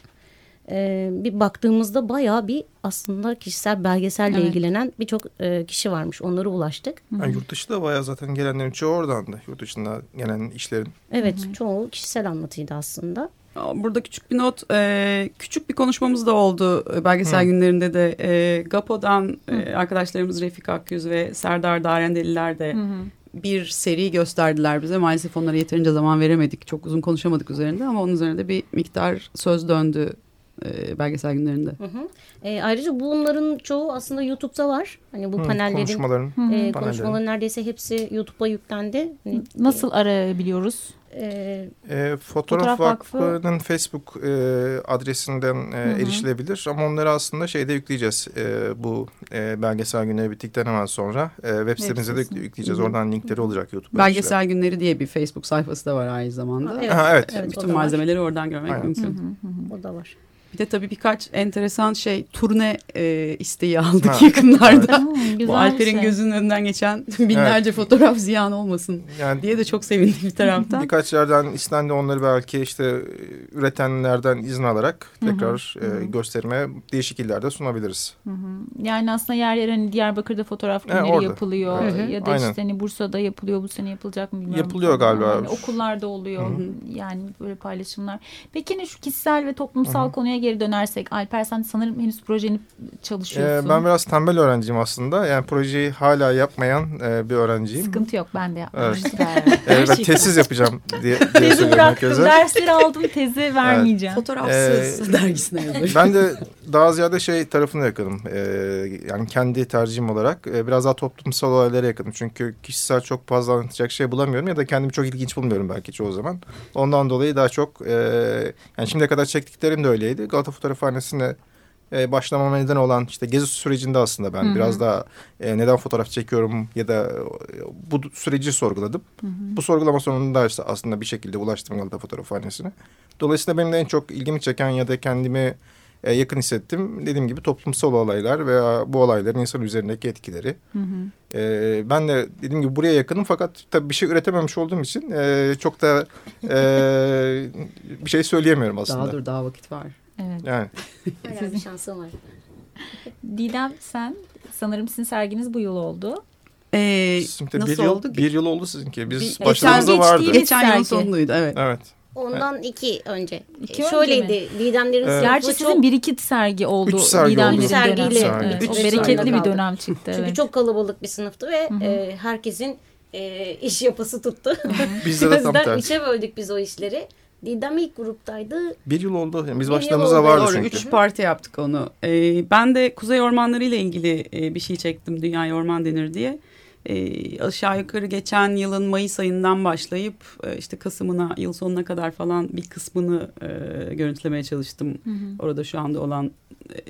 E, bir baktığımızda bayağı bir aslında kişisel belgeselle evet. ilgilenen birçok e, kişi varmış. Onlara ulaştık. Yani yurt dışı da bayağı zaten gelenlerin çoğu oradandı. Yurt dışında gelen işlerin. Evet, hı hı. çoğu kişisel anlatıydı aslında. Burada küçük bir not, e, küçük bir konuşmamız da oldu belgesel Hı. günlerinde de. E, GAPO'dan e, arkadaşlarımız Refik Akyüz ve Serdar Darendeliler de Hı. bir seri gösterdiler bize. Maalesef onlara yeterince zaman veremedik. Çok uzun konuşamadık üzerinde ama onun üzerinde bir miktar söz döndü e, belgesel günlerinde. Hı hı. E, ayrıca bunların çoğu aslında YouTube'da var. Hani bu hı, panellerin, konuşmaların, e, konuşmaların neredeyse hepsi YouTube'a yüklendi. Nasıl arayabiliyoruz? E, e, Fotoğraf, Fotoğraf Vakfı'nın Vakfı... Facebook e, adresinden e, erişilebilir ama onları aslında şeyde yükleyeceğiz. E, bu e, belgesel günleri bittikten hemen sonra e, web sitemize de yükleyeceğiz. Hı-hı. Oradan linkleri olacak YouTube'da. Belgesel işte. Günleri diye bir Facebook sayfası da var aynı zamanda. Ha, evet. Ha, evet. evet. Bütün malzemeleri var. Oradan görmek Aynen. mümkün. Hı hı hı. O da var. Bir de tabii birkaç enteresan şey, turne e, isteği aldık ha, yakınlarda. Evet. Bu Alper'in şey. gözünün önünden geçen binlerce evet. fotoğraf ziyan olmasın yani, diye de çok sevindik bir taraftan. Birkaç yerden istendi, onları belki işte üretenlerden izin alarak tekrar hı hı. E, gösterime değişik illerde sunabiliriz. Hı hı. Yani aslında yer yer hani Diyarbakır'da fotoğraf günleri evet, yapılıyor. Hı hı. Ya da Aynen. işte hani Bursa'da yapılıyor, bu sene yapılacak mı bilmiyorum. Yapılıyor galiba. Yani okullarda oluyor. Hı hı. Yani böyle paylaşımlar. Peki ne şu kişisel ve toplumsal hı hı. konuya geri dönersek, Alper sen sanırım henüz projeni çalışıyorsun. Ee, ben biraz tembel öğrenciyim aslında. Yani projeyi hala yapmayan e, bir öğrenciyim. Sıkıntı yok, ben de yapmam. Evet. ee, ben tesis yapacağım diye, diye tezi bıraktım, dersleri aldım, tezi vermeyeceğim. Evet. Fotoğrafsız ee, dergisine yazıyorum. Ben de daha ziyade şey tarafına yakınım. Ee, yani kendi tercihim olarak e, biraz daha toplumsal olaylara yakınım. Çünkü kişisel çok fazla anlatacak şey bulamıyorum ya da kendimi çok ilginç bulmuyorum belki çoğu zaman. Ondan dolayı daha çok e, yani şimdiye kadar çektiklerim de öyleydi. Galata Fotoğrafhanesi'ne e, başlamama neden olan işte gezi sürecinde aslında ben Hı-hı. biraz daha e, neden fotoğraf çekiyorum ya da e, bu süreci sorguladım. Hı-hı. Bu sorgulama sonunda işte aslında bir şekilde ulaştım Galata Fotoğrafhanesi'ne. Dolayısıyla benim de en çok ilgimi çeken ya da kendimi e, yakın hissettim. Dediğim gibi toplumsal olaylar veya bu olayların insan üzerindeki etkileri. Hı hı. E, ben de dediğim gibi buraya yakınım fakat tabii bir şey üretememiş olduğum için e, çok da e, bir şey söyleyemiyorum aslında. Daha dur, daha vakit var. Evet. Yani. Hala bir şansım var. Didem, sen sanırım sizin serginiz bu yıl oldu. Ee, nasıl bir oldu yıl, Bir yıl oldu sizinki. Biz bir, başladığımızda vardı. Geçen yılın sergi. sonundaydı, evet. Evet. Ondan iki önce. İki e, önce şöyleydi. Didemlerin Evet. Gerçi sınıfı sizin çok... bir iki sergi oldu. Üç sergi Didemlerin oldu. Üç sergiyle. dönemi. Evet, Üç o sergi bereketli bir kaldık. dönem çıktı. Çünkü Evet. çok kalabalık bir sınıftı ve e, herkesin e, iş yapısı tuttu. Bizde de tam O yüzden tersi. üçe böldük biz o işleri. Didem ilk gruptaydı. Bir yıl oldu. Yani biz Bir yıl başladığımızda oldu. vardı Doğru, çünkü. üç parti yaptık onu. Ee, ben de Kuzey Ormanları ile ilgili e, bir şey çektim. Dünyaya Orman Denir diye. E, aşağı yukarı geçen yılın Mayıs ayından başlayıp e, işte Kasım'ına, yıl sonuna kadar falan bir kısmını e, görüntülemeye çalıştım. Hı hı. Orada şu anda olan e,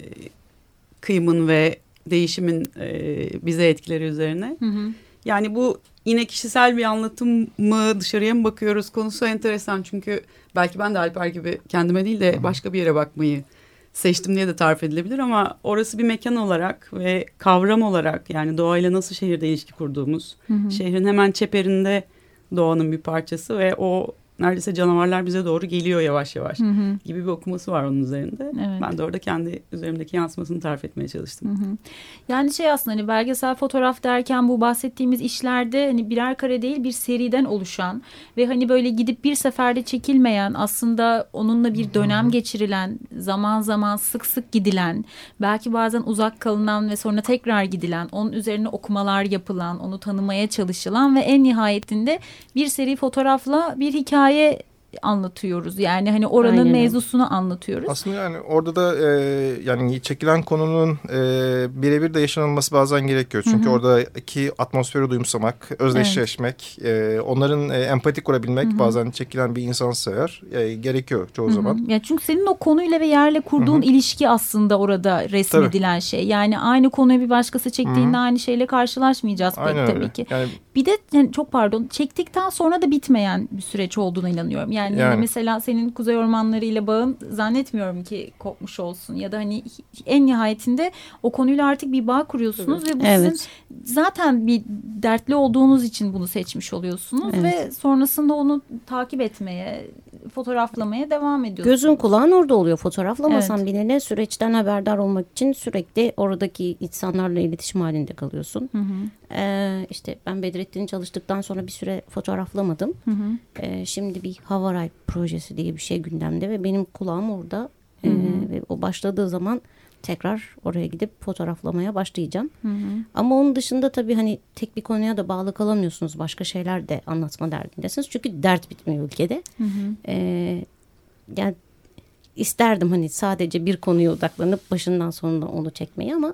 kıyımın ve değişimin e, bize etkileri üzerine. Hı hı. Yani bu yine kişisel bir anlatım mı, dışarıya mı bakıyoruz konusu enteresan. Çünkü belki ben de Alper gibi kendime değil de başka bir yere bakmayı seçtim diye de tarif edilebilir ama orası bir mekan olarak ve kavram olarak, yani doğayla nasıl şehirde ilişki kurduğumuz, hı hı. şehrin hemen çeperinde doğanın bir parçası ve o neredeyse canavarlar bize doğru geliyor yavaş yavaş, hı hı. gibi bir okuması var onun üzerinde. Evet. Ben de orada kendi üzerimdeki yansımasını tarif etmeye çalıştım. Hı hı. Yani şey aslında hani belgesel fotoğraf derken bu bahsettiğimiz işlerde hani birer kare değil bir seriden oluşan ve hani böyle gidip bir seferde çekilmeyen, aslında onunla bir dönem hı hı. geçirilen, zaman zaman sık sık gidilen, belki bazen uzak kalınan ve sonra tekrar gidilen, onun üzerine okumalar yapılan, onu tanımaya çalışılan ve en nihayetinde bir seri fotoğrafla bir hikaye anlatıyoruz. Yani hani oranın Aynen. mevzusunu anlatıyoruz. Aslında yani orada da e, yani çekilen konunun e, birebir de yaşanılması bazen gerekiyor. Çünkü hı hı. oradaki atmosferi duyumsamak, özdeşleşmek, evet. e, onların e, empati kurabilmek hı hı. bazen çekilen bir insansa eğer e, gerekiyor çoğu hı hı. zaman. Ya çünkü senin o konuyla ve yerle kurduğun hı hı. ilişki aslında orada resmedilen tabii. şey. Yani aynı konuyu bir başkası çektiğinde hı hı. aynı şeyle karşılaşmayacağız pek Aynen tabii öyle. ki. Yani, bir de yani çok pardon, çektikten sonra da bitmeyen bir süreç olduğuna inanıyorum. Yani, yani mesela senin Kuzey Ormanları ile bağın zannetmiyorum ki kopmuş olsun. Ya da hani en nihayetinde o konuyla artık bir bağ kuruyorsunuz evet. ve bu evet. sizin zaten bir dertli olduğunuz için bunu seçmiş oluyorsunuz. Evet. Ve sonrasında onu takip etmeye, fotoğraflamaya devam ediyorsunuz. Gözün kulağın orada oluyor. Fotoğraflamasan evet. bile ne süreçten haberdar olmak için sürekli oradaki insanlarla iletişim halinde kalıyorsun. Hı hı. Ee, işte ben Bedrettin'in çalıştıktan sonra bir süre fotoğraflamadım. Hı hı. Ee, şimdi bir Havaray projesi diye bir şey gündemde ve benim kulağım orada. Ee, ve o başladığı zaman tekrar oraya gidip fotoğraflamaya başlayacağım. Hı hı. Ama onun dışında tabii hani tek bir konuya da bağlı kalamıyorsunuz. Başka şeyler de anlatma derdindesiniz. Çünkü dert bitmiyor ülkede. Hı hı. Ee, yani isterdim hani sadece bir konuya odaklanıp başından sonuna onu çekmeyi ama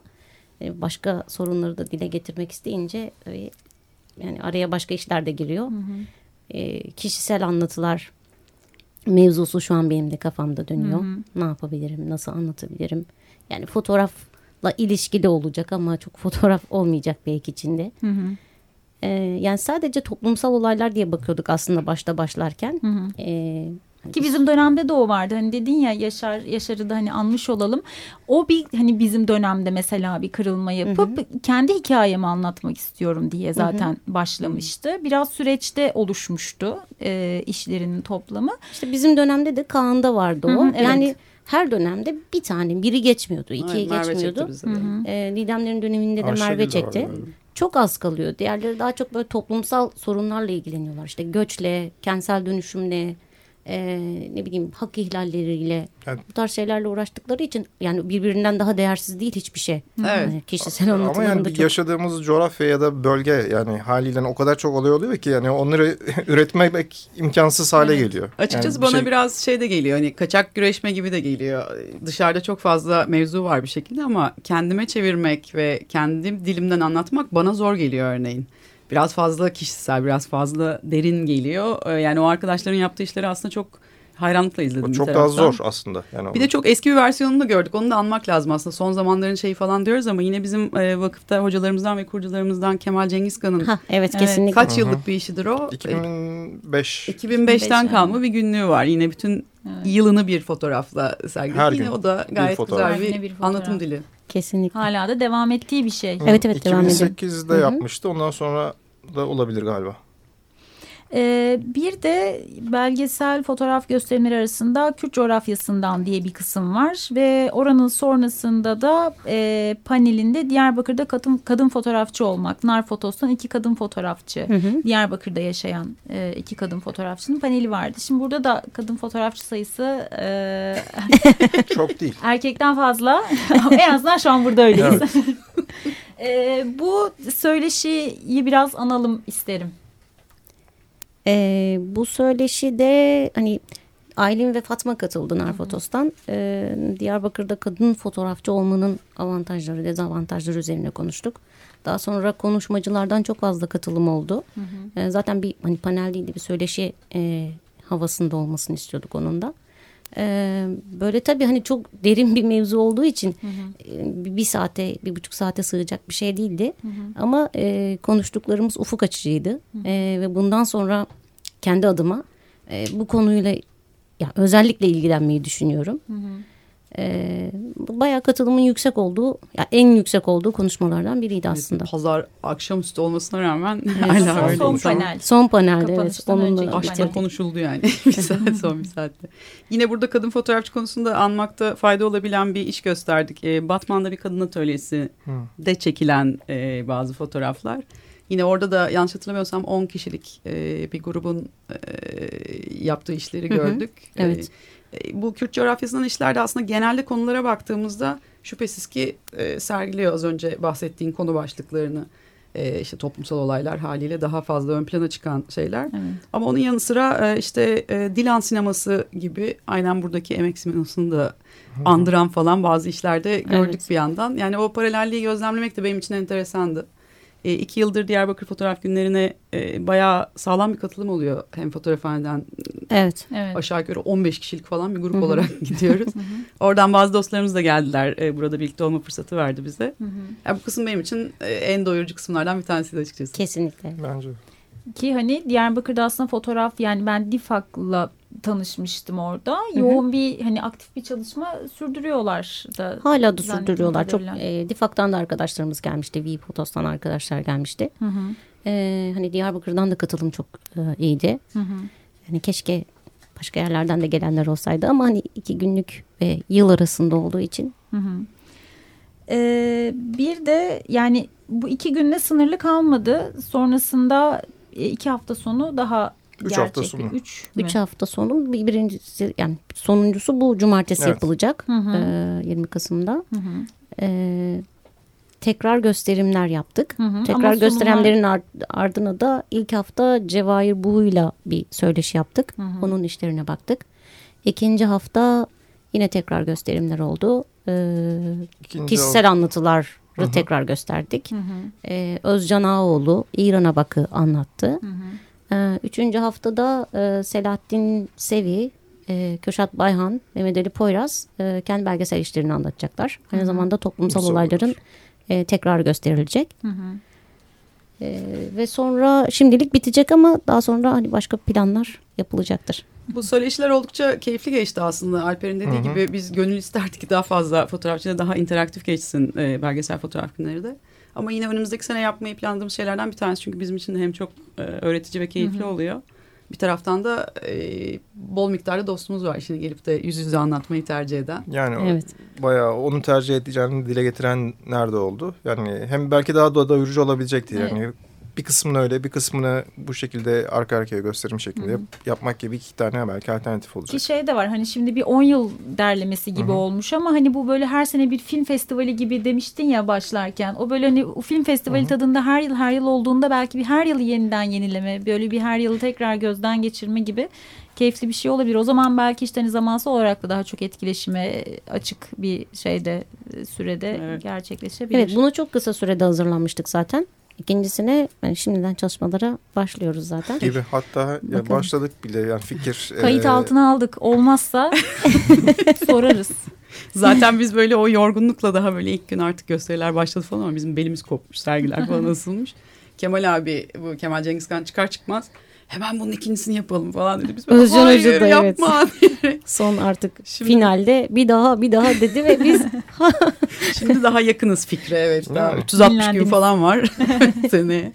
başka sorunları da dile getirmek isteyince yani araya başka işler de giriyor. Hı hı. E, kişisel anlatılar mevzusu şu an benim de kafamda dönüyor. Hı hı. Ne yapabilirim, nasıl anlatabilirim? Yani fotoğrafla ilişkili olacak ama çok fotoğraf olmayacak belki içinde. Hı hı. E, yani sadece toplumsal olaylar diye bakıyorduk aslında başta başlarken. Hı hı. E, Ki bizim dönemde de o vardı. Hani dedin ya Yaşar, Yaşar'ı da hani anmış olalım. O bir hani bizim dönemde mesela bir kırılma yapıp hı hı. kendi hikayemi anlatmak istiyorum diye zaten hı hı. başlamıştı. Biraz süreçte oluşmuştu e, işlerinin toplamı. İşte bizim dönemde de Kaan'da vardı o. Hı hı, evet. Yani her dönemde bir tane biri geçmiyordu. İkiye Ay, geçmiyordu. E, Didemlerin döneminde de Ayşe Merve çekti. Var, çok az kalıyor. Diğerleri daha çok böyle toplumsal sorunlarla ilgileniyorlar. İşte göçle, kentsel dönüşümle, Ee, ne bileyim hak ihlalleriyle yani, bu tarz şeylerle uğraştıkları için yani birbirinden daha değersiz değil hiçbir şey. Evet. Yani kişisel ama yani çok... yaşadığımız coğrafya ya da bölge yani haliyle o kadar çok olay oluyor ki yani onları üretmek imkansız hale evet. geliyor. Açıkçası yani bana şey... biraz şey de geliyor hani kaçak güreşme gibi de geliyor. Dışarıda çok fazla mevzu var bir şekilde ama kendime çevirmek ve kendi dilimden anlatmak bana zor geliyor örneğin. Biraz fazla kişisel, biraz fazla derin geliyor. Yani o arkadaşların yaptığı işleri aslında çok hayranlıkla izledim. Çok daha zor aslında. Yani bir de çok eski bir versiyonunu da gördük. Onu da anmak lazım aslında. Son zamanların şeyi falan diyoruz ama yine bizim e, vakıfta hocalarımızdan ve kurucularımızdan Kemal Cengizkan'ın ha, evet, kesinlikle. kaç yıllık bir işidir o? iki bin beş iki bin beşten kalma bir günlüğü var. Yine bütün Evet. yılını bir fotoğrafla sergiledik. Her Yine gün o da bir gayet fotoğraf. güzel Her güne bir, bir fotoğraf. anlatım dili. Kesinlikle. Hala da devam ettiği bir şey. Evet, evet, devam ediyor. iki bin sekizde Hı hı. yapmıştı. Ondan sonra da olabilir galiba. Ee, bir de belgesel fotoğraf gösterimleri arasında Kürt coğrafyasından diye bir kısım var ve oranın sonrasında da e, panelinde Diyarbakır'da kadın, kadın fotoğrafçı olmak, Nar Fotos'tan iki kadın fotoğrafçı, Hı hı. Diyarbakır'da yaşayan e, iki kadın fotoğrafçının paneli vardı. Şimdi burada da kadın fotoğrafçı sayısı e, Çok değil. erkekten fazla. En azından şu an burada öyleyiz. e, bu söyleşiyi biraz analım isterim. Ee, bu söyleşi de hani Aylin ve Fatma katıldı Nar Fotos'tan. Ee, Diyarbakır'da kadın fotoğrafçı olmanın avantajları, dezavantajları üzerine konuştuk. Daha sonra konuşmacılardan çok fazla katılım oldu. Hı hı. Ee, zaten bir hani panel değil de bir söyleşi e, havasında olmasını istiyorduk onun da. Ee, böyle tabii hani çok derin bir mevzu olduğu için hı hı. E, bir saate, bir buçuk saate sığacak bir şey değildi. Hı hı. Ama e, konuştuklarımız ufuk açıcıydı. Hı hı. E, ve bundan sonra kendi adıma e, bu konuyla ya özellikle ilgilenmeyi düşünüyorum. Hı hı. E, bayağı katılımın yüksek olduğu, ya en yüksek olduğu konuşmalardan biriydi aslında. Evet, pazar akşamüstü olmasına rağmen Evet, hala son, öyle. son insan. panel. Son panelde evet. Kapanıştan Onunla önceki Açta panel. konuşuldu yani bir saat son bir saatte. Yine burada kadın fotoğrafçı konusunda anmakta fayda olabilen bir iş gösterdik. Ee, Batman'da bir kadın atölyesi de çekilen e, bazı fotoğraflar. Yine orada da yanlış hatırlamıyorsam on kişilik e, bir grubun e, yaptığı işleri gördük. Hı hı, evet. E, bu Kürt coğrafyasından işlerde aslında genelde konulara baktığımızda şüphesiz ki e, sergiliyor az önce bahsettiğin konu başlıklarını. E, işte toplumsal olaylar haliyle daha fazla ön plana çıkan şeyler. Evet. Ama onun yanı sıra e, işte e, Dilan sineması gibi aynen buradaki emek sinemasını da andıran falan bazı işlerde gördük evet. bir yandan. Yani o paralelliği gözlemlemek de benim için enteresandı. E, iki yıldır Diyarbakır Fotoğraf Günleri'ne e, bayağı sağlam bir katılım oluyor. Hem fotoğrafhaneden evet. aşağı yukarı on beş kişilik falan bir grup olarak gidiyoruz. Oradan bazı dostlarımız da geldiler. E, burada birlikte olma fırsatı verdi bize. Yani bu kısım benim için e, en doyurucu kısımlardan bir tanesiydi açıkçası. Kesinlikle. Bence. Ki hani Diyarbakır'da aslında fotoğraf yani ben DİFAK'la tanışmıştım orada. Yoğun bir hani aktif bir çalışma sürdürüyorlar da. Hala da sürdürüyorlar. Çok e, DİFAK'tan da arkadaşlarımız gelmişti. V-Fotos'tan arkadaşlar gelmişti. Hı hı. E, hani Diyarbakır'dan da katılım çok e, iyiydi. Hı hı. Yani keşke başka yerlerden de gelenler olsaydı ama hani iki günlük ve yıl arasında olduğu için. Hı hı. Ee, bir de yani bu iki günle sınırlı kalmadı. Sonrasında iki hafta sonu daha Üç gerçek. hafta sonu. Üç, Üç hafta sonu birincisi yani sonuncusu bu cumartesi evet. yapılacak. Hı hı. E, yirmi Kasım'da. Hı hı. E, tekrar gösterimler yaptık. Hı hı. Tekrar Ama gösterimlerin sonunlar... ardına da ilk hafta Cevahir Buğu'yla bir söyleşi yaptık. Hı hı. Onun işlerine baktık. İkinci hafta yine tekrar gösterimler oldu. E, kişisel o... anlatılar Hı -hı. tekrar gösterdik. Hı hı. Ee, Özcan Ağoğlu İran'a bakı anlattı. Hı hı. Ee, üçüncü haftada e, Selahattin Sevi, e, Köşat Bayhan, Mehmet Ali Poyraz e, kendi belgesel işlerini anlatacaklar. Aynı hı hı. zamanda toplumsal Nasıl olayların e, tekrar gösterilecek. Hı hı. E, ve sonra şimdilik bitecek ama daha sonra hani başka planlar yapılacaktır. Bu söyleşiler oldukça keyifli geçti aslında. Alper'in dediği Hı-hı. gibi biz gönül isterdik ki daha fazla fotoğrafçıyla daha interaktif geçsin e, belgesel fotoğraf günleri de. Ama yine önümüzdeki sene yapmayı planladığımız şeylerden bir tanesi. Çünkü bizim için de hem çok e, öğretici ve keyifli Hı-hı. oluyor. Bir taraftan da e, bol miktarda dostumuz var. Şimdi gelip de yüz yüze anlatmayı tercih eden. Yani evet. bayağı onu tercih edeceğini dile getiren nerede oldu? Yani hem belki daha da doyurucu olabilecekti. Yani evet. Bir kısmını öyle bir kısmını bu şekilde arka arkaya gösterim şeklinde yap, yapmak gibi iki tane belki alternatif olacak. Ki şey de var hani şimdi bir on yıl derlemesi gibi Hı-hı. olmuş ama hani bu böyle her sene bir film festivali gibi demiştin ya başlarken. O böyle hani o film festivali Hı-hı. tadında her yıl her yıl olduğunda belki bir her yılı yeniden yenileme böyle bir her yılı tekrar gözden geçirme gibi keyifli bir şey olabilir. O zaman belki işte hani zamansal olarak da daha çok etkileşime açık bir şeyde sürede evet. gerçekleşebilir. Evet bunu çok kısa sürede hazırlanmıştık zaten. İkincisine yani şimdiden çalışmalara başlıyoruz zaten. Gibi hatta ya başladık bile yani fikir. Kayıt e... altına aldık. Olmazsa sorarız. Zaten biz böyle o yorgunlukla daha böyle ilk gün artık gösteriler başladı falan ama bizim belimiz kopmuş, sergiler falan asılmış. Kemal abi bu Kemal Cengizkan çıkar çıkmaz hemen bunun ikincisini yapalım falan dedi. Biz Özcan hayır Hoca da yapma evet. Son artık Şimdi, finalde bir daha bir daha dedi ve biz şimdi daha yakınız fikre, evet. Daha üç yüz altmış gün falan var seneye.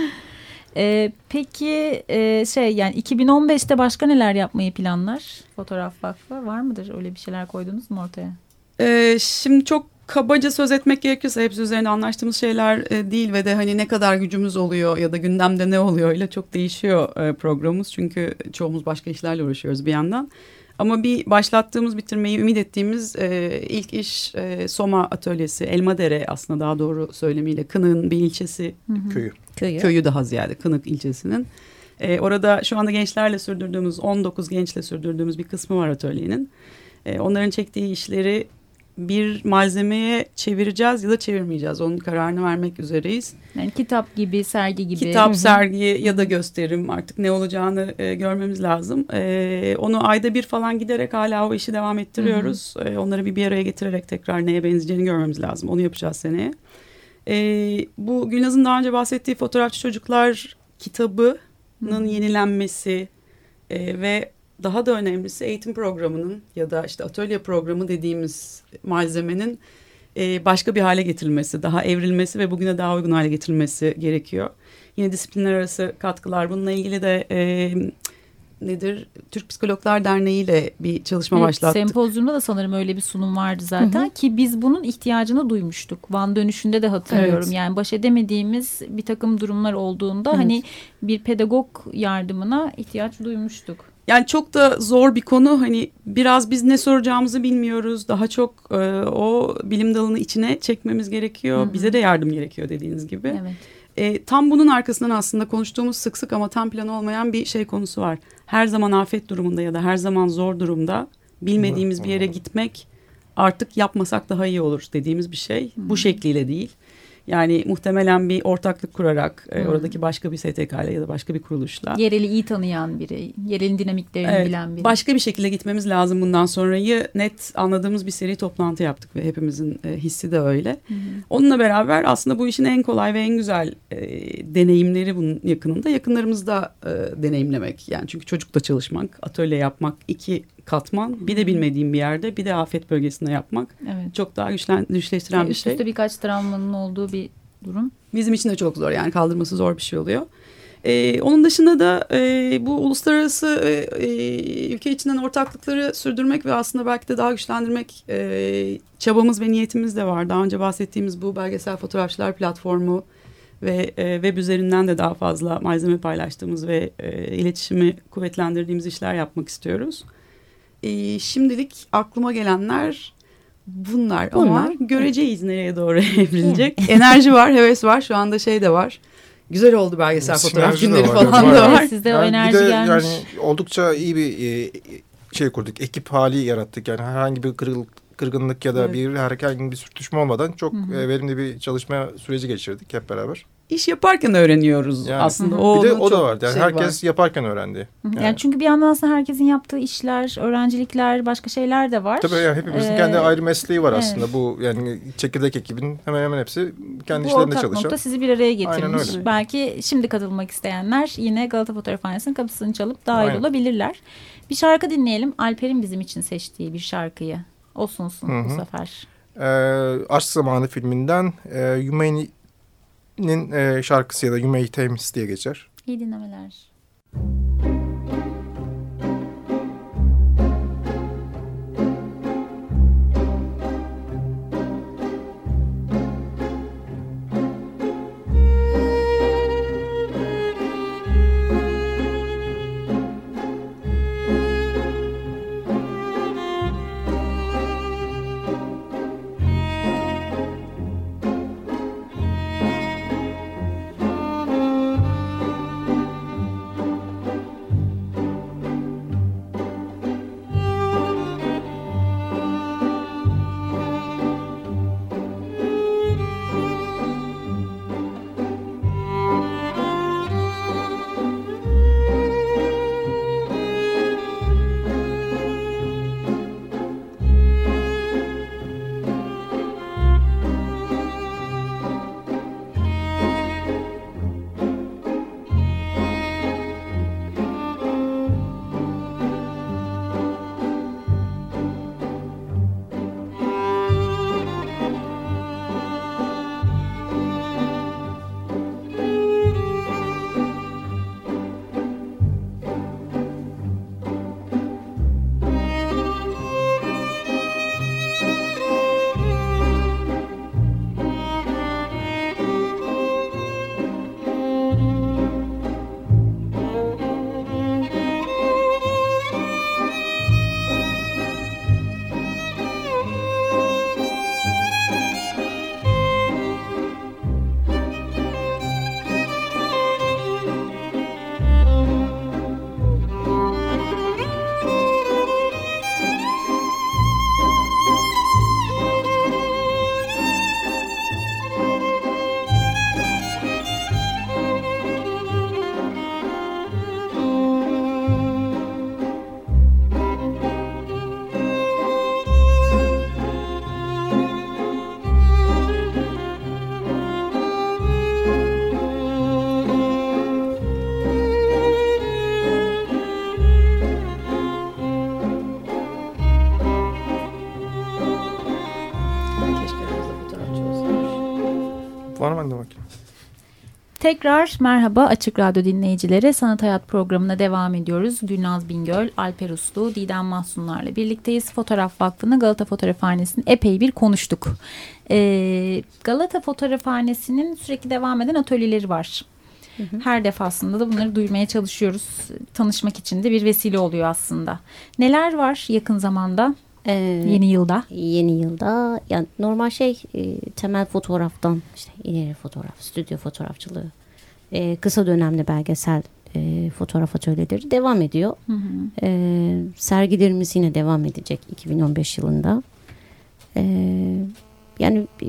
Ee, peki e, şey yani iki bin on beşte başka neler yapmayı planlar Fotoğraf Vakfı? Var mıdır? Öyle bir şeyler koydunuz mu ortaya? Ee, şimdi çok kabaca söz etmek gerekirse hepsi üzerine anlaştığımız şeyler e, değil ve de hani ne kadar gücümüz oluyor ya da gündemde ne oluyor ile çok değişiyor e, programımız. Çünkü çoğumuz başka işlerle uğraşıyoruz bir yandan. Ama bir başlattığımız, bitirmeyi ümit ettiğimiz e, ilk iş e, Soma Atölyesi, Elmadere aslında daha doğru söylemiyle Kınık'ın bir ilçesi. Hı hı. Köyü. köyü. Köyü daha ziyade Kınık ilçesinin. E, orada şu anda gençlerle sürdürdüğümüz, on dokuz gençle sürdürdüğümüz bir kısmı var atölyenin. E, onların çektiği işleri bir malzemeye çevireceğiz ya da çevirmeyeceğiz. Onun kararını vermek üzereyiz. Yani kitap gibi, sergi gibi. Kitap, Hı-hı. sergi ya da gösterim, artık ne olacağını e, görmemiz lazım. E, onu ayda bir falan giderek hala o işi devam ettiriyoruz. E, onları bir bir araya getirerek tekrar neye benzeyeceğini görmemiz lazım. Onu yapacağız seneye. E, bu Gülnaz'ın daha önce bahsettiği Fotoğrafçı Çocuklar kitabının Hı-hı. yenilenmesi e, ve daha da önemlisi eğitim programının ya da işte atölye programı dediğimiz malzemenin e, başka bir hale getirilmesi, daha evrilmesi ve bugüne daha uygun hale getirilmesi gerekiyor. Yine disiplinler arası katkılar. Bununla ilgili de e, nedir? Türk Psikologlar Derneği ile bir çalışma evet, başlattık. Sempozyumda da sanırım öyle bir sunum vardı zaten. Hı hı. Ki biz bunun ihtiyacını duymuştuk. Van dönüşünde de hatırlıyorum. Evet. Yani baş edemediğimiz bir takım durumlar olduğunda evet. hani bir pedagog yardımına ihtiyaç duymuştuk. Yani çok da zor bir konu, hani biraz biz ne soracağımızı bilmiyoruz, daha çok e, o bilim dalını içine çekmemiz gerekiyor, hı hı. bize de yardım gerekiyor dediğiniz gibi. Evet. E, tam bunun arkasından aslında konuştuğumuz sık sık ama tam plan olmayan bir şey konusu var. Her zaman afet durumunda ya da her zaman zor durumda bilmediğimiz bir yere gitmek artık yapmasak daha iyi olur dediğimiz bir şey. Hı hı. Bu şekliyle değil. Yani muhtemelen bir ortaklık kurarak hmm. e, oradaki başka bir S T K ile ya da başka bir kuruluşla. Yereli iyi tanıyan biri, yerelin dinamiklerini evet, bilen biri. Başka bir şekilde gitmemiz lazım bundan sonrayı net anladığımız bir seri toplantı yaptık ve hepimizin e, hissi de öyle. Hmm. Onunla beraber aslında bu işin en kolay ve en güzel e, deneyimleri bunun yakınında yakınlarımızda e, deneyimlemek. Yani çünkü çocukla çalışmak, atölye yapmak iki katman, bir de bilmediğim bir yerde, bir de afet bölgesinde yapmak evet. çok daha güçlen, güçleştiren yani bir şey. Üst üste birkaç travmanın olduğu bir durum. Bizim için de çok zor, yani kaldırması zor bir şey oluyor. Ee, onun dışında da e, bu uluslararası e, ülke içinden ortaklıkları sürdürmek ve aslında belki de daha güçlendirmek e, çabamız ve niyetimiz de var. Daha önce bahsettiğimiz bu belgesel fotoğrafçılar platformu ve e, web üzerinden de daha fazla malzeme paylaştığımız ve e, iletişimi kuvvetlendirdiğimiz işler yapmak istiyoruz. Ee, şimdilik aklıma gelenler bunlar, bunlar. Ama göreceğiz nereye doğru evrilecek. Enerji var, heves var, şu anda şey de var. Güzel oldu belgesel fotoğraf günleri falan da var. Evet, sizde yani o enerji de, gelmiş. Yani oldukça iyi bir e, şey kurduk, ekip hali yarattık. Yani herhangi bir kırgınlık, kırgınlık ya da evet. bir herhangi bir sürtüşme olmadan çok e, verimli bir çalışma süreci geçirdik hep beraber. İş yaparken öğreniyoruz yani, aslında. O, bir de o da vardı. Yani şey herkes var. Yaparken öğrendi. Yani. yani çünkü bir yandan aslında herkesin yaptığı işler, öğrencilikler, başka şeyler de var. Tabii yani hepimizin ee, kendi ayrı mesleği var aslında. Evet. Bu yani çekirdek ekibin hemen hemen hepsi kendi bu işlerinde çalışan. Bu ortak nokta sizi bir araya getirmiş. Belki şimdi katılmak isteyenler yine Galata Fotoğrafhanesi'nin kapısını çalıp dahil Aynen. olabilirler. Bir şarkı dinleyelim. Alper'in bizim için seçtiği bir şarkıyı. O sunsun Hı-hı. bu sefer. Ee, Aşk Zamanı filminden e, Yumeini Nin e, şarkısı ya da You May Thames diye geçer. İyi dinlemeler. Tekrar merhaba Açık Radyo dinleyicileri. Sanat Hayat programına devam ediyoruz. Gülnaz Bingöl, Alper Uslu, Didem Mahsunlar'la birlikteyiz. Fotoğraf Vakfı'nı, Galata Fotoğrafhanesi'ni epey bir konuştuk. Ee, Galata Fotoğrafhanesi'nin sürekli devam eden atölyeleri var. Hı hı. Her defasında da bunları duyurmaya çalışıyoruz. Tanışmak için de bir vesile oluyor aslında. Neler var yakın zamanda? Ee, yeni yılda. Yeni yılda yani normal şey e, temel fotoğraftan işte ileri fotoğraf, stüdyo fotoğrafçılığı, e, kısa dönemli belgesel e, fotoğraf atölyeleri devam ediyor. Hı hı. E, sergilerimiz yine devam edecek iki bin on beş yılında. E, yani e,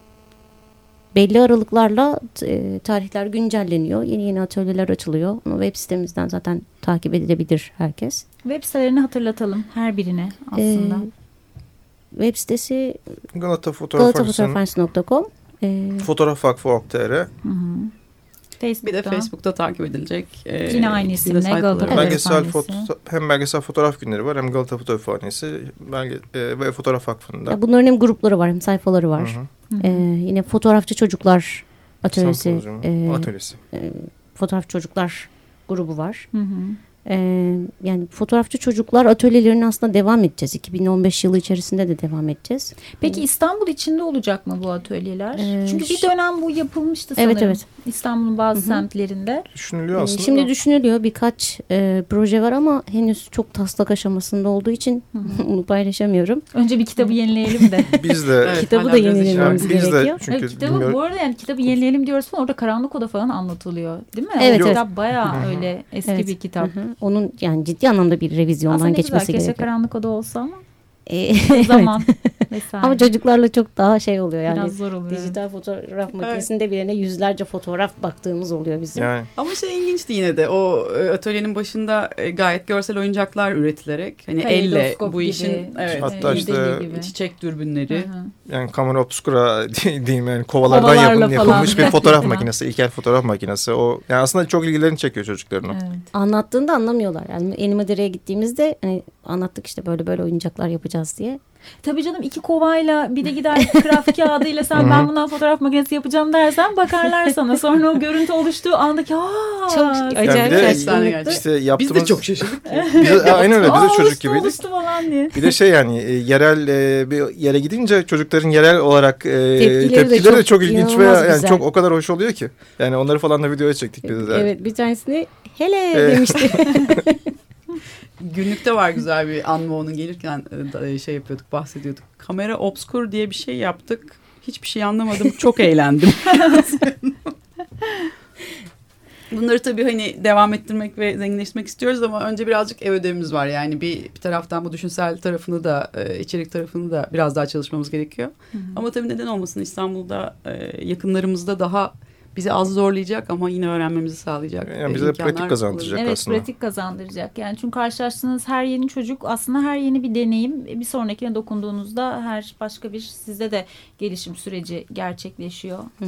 belli aralıklarla e, tarihler güncelleniyor. Yeni yeni atölyeler açılıyor. Onu web sitemizden zaten takip edilebilir herkes. Web sitelerini hatırlatalım her birine aslında. Ee, web sitesi Galata Fotoğrafhanesi nokta com ee, Fotoğraf Vakfı nokta tr Bir de Facebook'ta takip edilecek. E, Yine aynı isimle Galata evet. belgesel foto, hem belgesel fotoğraf günleri var hem Galata Fotoğrafhanesi belge, e, ve Fotoğraf Vakfı'nda. Ya bunların hem grupları var hem sayfaları var. Hı hı. Ee, yine Fotoğrafçı Çocuklar Atölyesi. E, atölyesi. E, Fotoğrafçı Çocuklar grubu var. Hı hı. Ee, yani fotoğrafçı çocuklar atölyelerine aslında devam edeceğiz. iki bin on beş yılı içerisinde de devam edeceğiz. Peki evet. İstanbul içinde olacak mı bu atölyeler? Ee, Çünkü bir dönem bu yapılmıştı sanırım. Evet evet. İstanbul'un bazı Hı-hı. semtlerinde. Düşünülüyor aslında. Ee, şimdi da. düşünülüyor birkaç e, proje var ama henüz çok taslak aşamasında olduğu için onu paylaşamıyorum. Önce bir kitabı yenileyelim de. Biz de evet, kitabı da yenilememiz yani gerekiyor. Çünkü evet, kitabı bu arada yani kitabı yenileyelim diyoruz falan orada Karanlık Oda falan anlatılıyor değil mi? Evet, o evet. kitap bayağı öyle eski evet. bir kitap. Hı-hı. Onun yani ciddi anlamda bir revizyondan aslında geçmesi güzel, gerekiyor. Keşke Karanlık Oda olsa ama e, zaman vesaire. Ama çocuklarla çok daha şey oluyor yani. Biraz zor oluyor. Dijital fotoğraf makinesinde birine yüzlerce fotoğraf baktığımız oluyor bizim. Yani. Ama şey ilginçti yine de o atölyenin başında gayet görsel oyuncaklar üretilerek hani elle bu gibi. işin evet, hatta işte gibi. Çiçek dürbünleri. Hı-hı. Yani kamera obscura diyeyim yani kovalardan Kovalarla yapım, yapılmış bir fotoğraf falan. makinesi, ilkel fotoğraf makinesi. O yani aslında çok ilgilerini çekiyor çocukların. Evet. Anlattığında anlamıyorlar. Yani Animadere'ye gittiğimizde hani anlattık işte böyle böyle oyuncaklar yapacağız diye. Tabii canım iki kovayla bir de gider grafik kağıdıyla sen ben bundan fotoğraf makinesi yapacağım dersen bakarlar sana. Sonra o görüntü oluştuğu andaki aaa. Çok yani acayip şaşırdık. İşte yaptığımız... Biz de çok şaşırdık. Biz, aynen öyle biz de çocuk gibiydik. Oluştu falan diye. Bir de şey yani e, yerel e, bir yere gidince çocukların yerel olarak e, tepkileri, tepkileri de de çok, çok ilginç ve yani güzel. çok o kadar hoş oluyor ki. Yani onları falan da videoya çektik biz de. Evet bir tanesini hele Evet. demişti. Günlükte var güzel bir anma onun gelirken şey yapıyorduk bahsediyorduk. Kamera obskur diye bir şey yaptık. Hiçbir şey anlamadım. Çok eğlendim. Bunları tabii hani devam ettirmek ve zenginleştirmek istiyoruz ama önce birazcık ev ödevimiz var. Yani bir, bir taraftan bu düşünsel tarafını da içerik tarafını da biraz daha çalışmamız gerekiyor. Hı hı. Ama tabii neden olmasın İstanbul'da yakınlarımızda daha bizi az zorlayacak ama yine öğrenmemizi sağlayacak. Yani bize pratik kazandıracak evet, aslında. Evet pratik kazandıracak. Yani çünkü karşılaştığınız her yeni çocuk aslında her yeni bir deneyim. Bir sonrakine dokunduğunuzda her başka bir sizde de gelişim süreci gerçekleşiyor. Hı hı.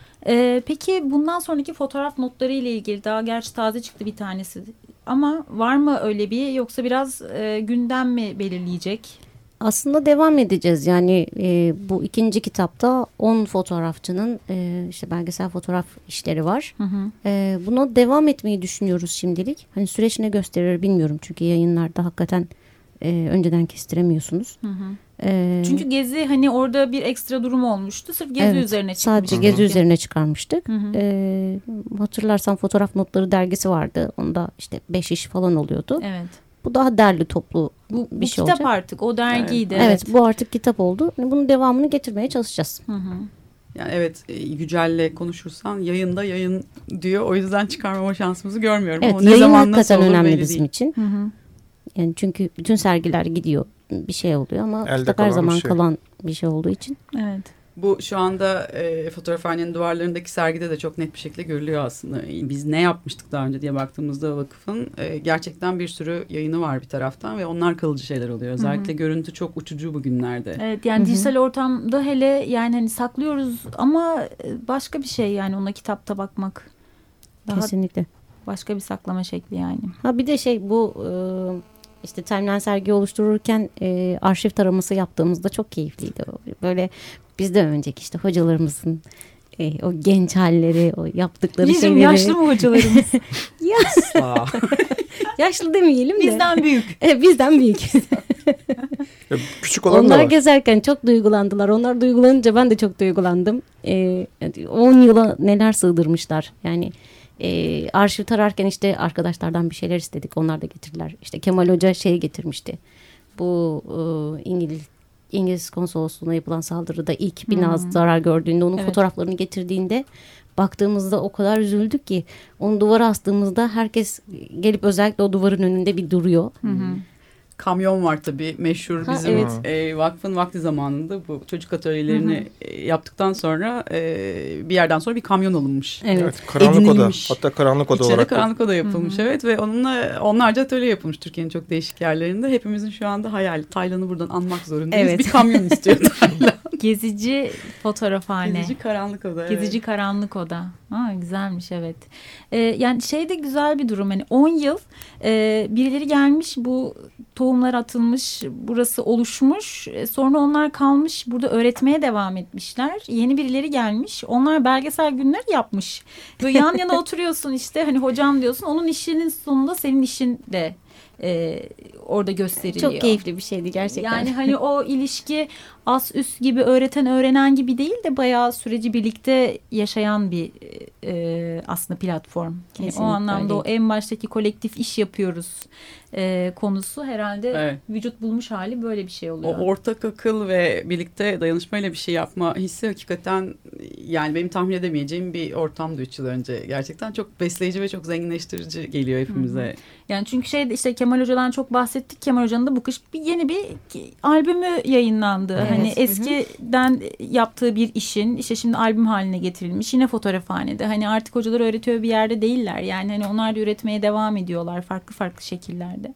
Ee, peki bundan sonraki fotoğraf notları ile ilgili daha gerçi taze çıktı bir tanesi. Ama var mı öyle bir yoksa biraz e, gündem mi belirleyecek? Aslında devam edeceğiz yani e, bu ikinci kitapta on fotoğrafçının e, işte belgesel fotoğraf işleri var. Hı hı. E, buna devam etmeyi düşünüyoruz şimdilik. Hani süreç ne gösterir bilmiyorum çünkü yayınlarda hakikaten e, önceden kestiremiyorsunuz. Hı hı. E, çünkü Gezi hani orada bir ekstra durum olmuştu. Sırf Gezi evet, üzerine çıkmıştı. Sadece Gezi çünkü. üzerine çıkarmıştık. Hı hı. E, hatırlarsan Fotoğraf Notları dergisi vardı. Onda işte beş iş falan oluyordu. Evet. Bu daha derli toplu bu, bir bu şey kitap olacak. artık o dergiydi. Evet, evet bu artık kitap oldu. Bunun devamını getirmeye çalışacağız. Hı hı. Yani evet Yücel'le konuşursan yayında yayın diyor. O yüzden çıkarmama şansımızı görmüyorum. Evet, ama ne yayın zaman nasıl olur önemli belli bizim değil. için. Hı hı. Yani çünkü bütün sergiler gidiyor bir şey oluyor ama elde her zaman bir şey. kalan bir şey olduğu için. Evet. Bu şu anda e, fotoğrafhanenin duvarlarındaki sergide de çok net bir şekilde görülüyor aslında. Biz ne yapmıştık daha önce diye baktığımızda vakıfın e, gerçekten bir sürü yayını var bir taraftan ve onlar kalıcı şeyler oluyor. Özellikle Hı-hı. görüntü çok uçucu bugünlerde. Evet yani Hı-hı. dijital ortamda hele yani hani saklıyoruz ama başka bir şey yani ona kitapta bakmak. Daha Kesinlikle. Başka bir saklama şekli yani. Ha bir de şey bu e, işte timeline sergi oluştururken e, arşiv taraması yaptığımızda çok keyifliydi. Böyle bizden önceki işte hocalarımızın E, o genç halleri, o yaptıkları Bizim şeyleri. yaşlı mı hocalarımız? Ya. Yaşlı demeyelim de. Bizden büyük. E, bizden büyük. Küçük olan Onlar da var. gezerken çok duygulandılar. Onlar duygulanınca ben de çok duygulandım. on yıla neler sığdırmışlar. Yani e, arşiv tararken işte arkadaşlardan bir şeyler istedik. Onlar da getirdiler. İşte Kemal Hoca şey getirmişti. Bu e, İngiliz İngiliz konsolosluğuna yapılan saldırıda ilk bina hmm. zarar gördüğünde onun evet. fotoğraflarını getirdiğinde baktığımızda o kadar üzüldük ki onu duvara astığımızda herkes gelip özellikle o duvarın önünde bir duruyor. Hı hı. Kamyon var tabii meşhur ha, bizim evet. e, vakfın vakti zamanında bu çocuk atölyelerini hı hı. E, yaptıktan sonra e, bir yerden sonra bir kamyon alınmış. Evet. Evet, karanlık edinilmiş. oda. Hatta karanlık oda İçeride olarak. karanlık oda yapılmış hı hı. evet ve onunla onlarca atölye yapılmış Türkiye'nin çok değişik yerlerinde. Hepimizin şu anda hayali. Taylan'ı buradan anmak zorundayız. Evet. Bir kamyon istiyor Taylan. Gezici fotoğrafhane. Gezici karanlık oda. Evet. Gezici karanlık oda. Ha, güzelmiş evet. Ee, yani şey de güzel bir durum. Hani on yıl e, birileri gelmiş, bu tohumlar atılmış, burası oluşmuş. E, sonra onlar kalmış, burada öğretmeye devam etmişler. Yeni birileri gelmiş. Onlar belgesel günler yapmış. Böyle yan yana oturuyorsun işte, hani hocam diyorsun. Onun işinin sonunda senin işin de e, orada gösteriliyor. Çok keyifli bir şeydi gerçekten. Yani hani o ilişki as üst gibi, öğreten öğrenen gibi değil de bayağı süreci birlikte yaşayan bir e, aslında platform. Yani o anlamda öyle. O en baştaki kolektif iş yapıyoruz e, konusu herhalde evet. vücut bulmuş hali böyle bir şey oluyor. O ortak akıl ve birlikte dayanışmayla bir şey yapma hissi hakikaten yani benim tahmin edemeyeceğim bir ortamdı üç yıl önce. Gerçekten çok besleyici ve çok zenginleştirici geliyor hepimize. Hı hı. Yani çünkü şey işte Kemal Hoca'dan çok bahsettik. Kemal Hoca'nın da bu kış bir yeni bir albümü yayınlandı. Evet. Hani eskiden yaptığı bir işin işte şimdi albüm haline getirilmiş. Yine fotoğrafhanede. Hani artık hocalar öğretiyor bir yerde değiller. Yani hani onlar da üretmeye devam ediyorlar farklı farklı şekillerde.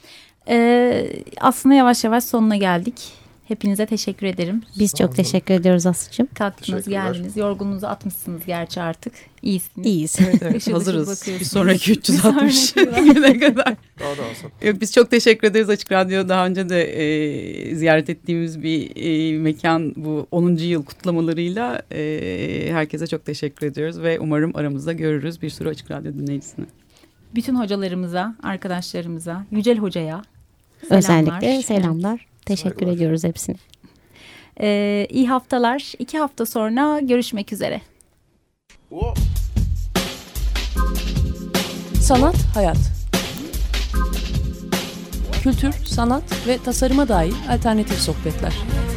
Ee, aslında yavaş yavaş sonuna geldik. Hepinize teşekkür ederim. Biz çok teşekkür ediyoruz Aslı'cığım. Kalktınız, geldiniz. Yorgununuzu atmışsınız gerçi artık. İyisiniz. İyiyiz. Evet, evet. Hazırız. Bir sonraki üç yüz altmış güne kadar. Daha da olsun. Yok, biz çok teşekkür ederiz. Açık Radyo daha önce de e, ziyaret ettiğimiz bir e, mekan bu onuncu yıl kutlamalarıyla e, herkese çok teşekkür ediyoruz ve umarım aramızda görürüz bir sürü Açık Radyo dinleyicisini. Bütün hocalarımıza, arkadaşlarımıza, Yücel Hoca'ya selamlar. Özellikle selamlar. Teşekkür Saygılar. ediyoruz hepsine. Ee, iyi haftalar. İki hafta sonra görüşmek üzere. Sanat, hayat. Kültür, sanat ve tasarıma dair alternatif sohbetler.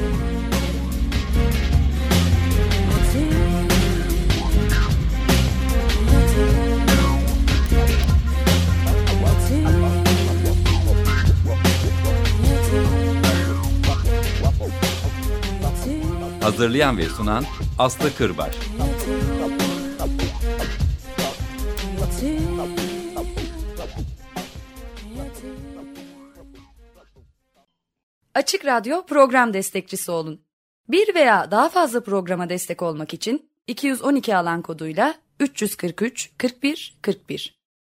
Hazırlayan ve sunan Aslı Kırbaş. Açık Radyo program destekçisi olun. Bir veya daha fazla programa destek olmak için iki yüz on iki alan koduyla üç yüz kırk üç kırk bir kırk bir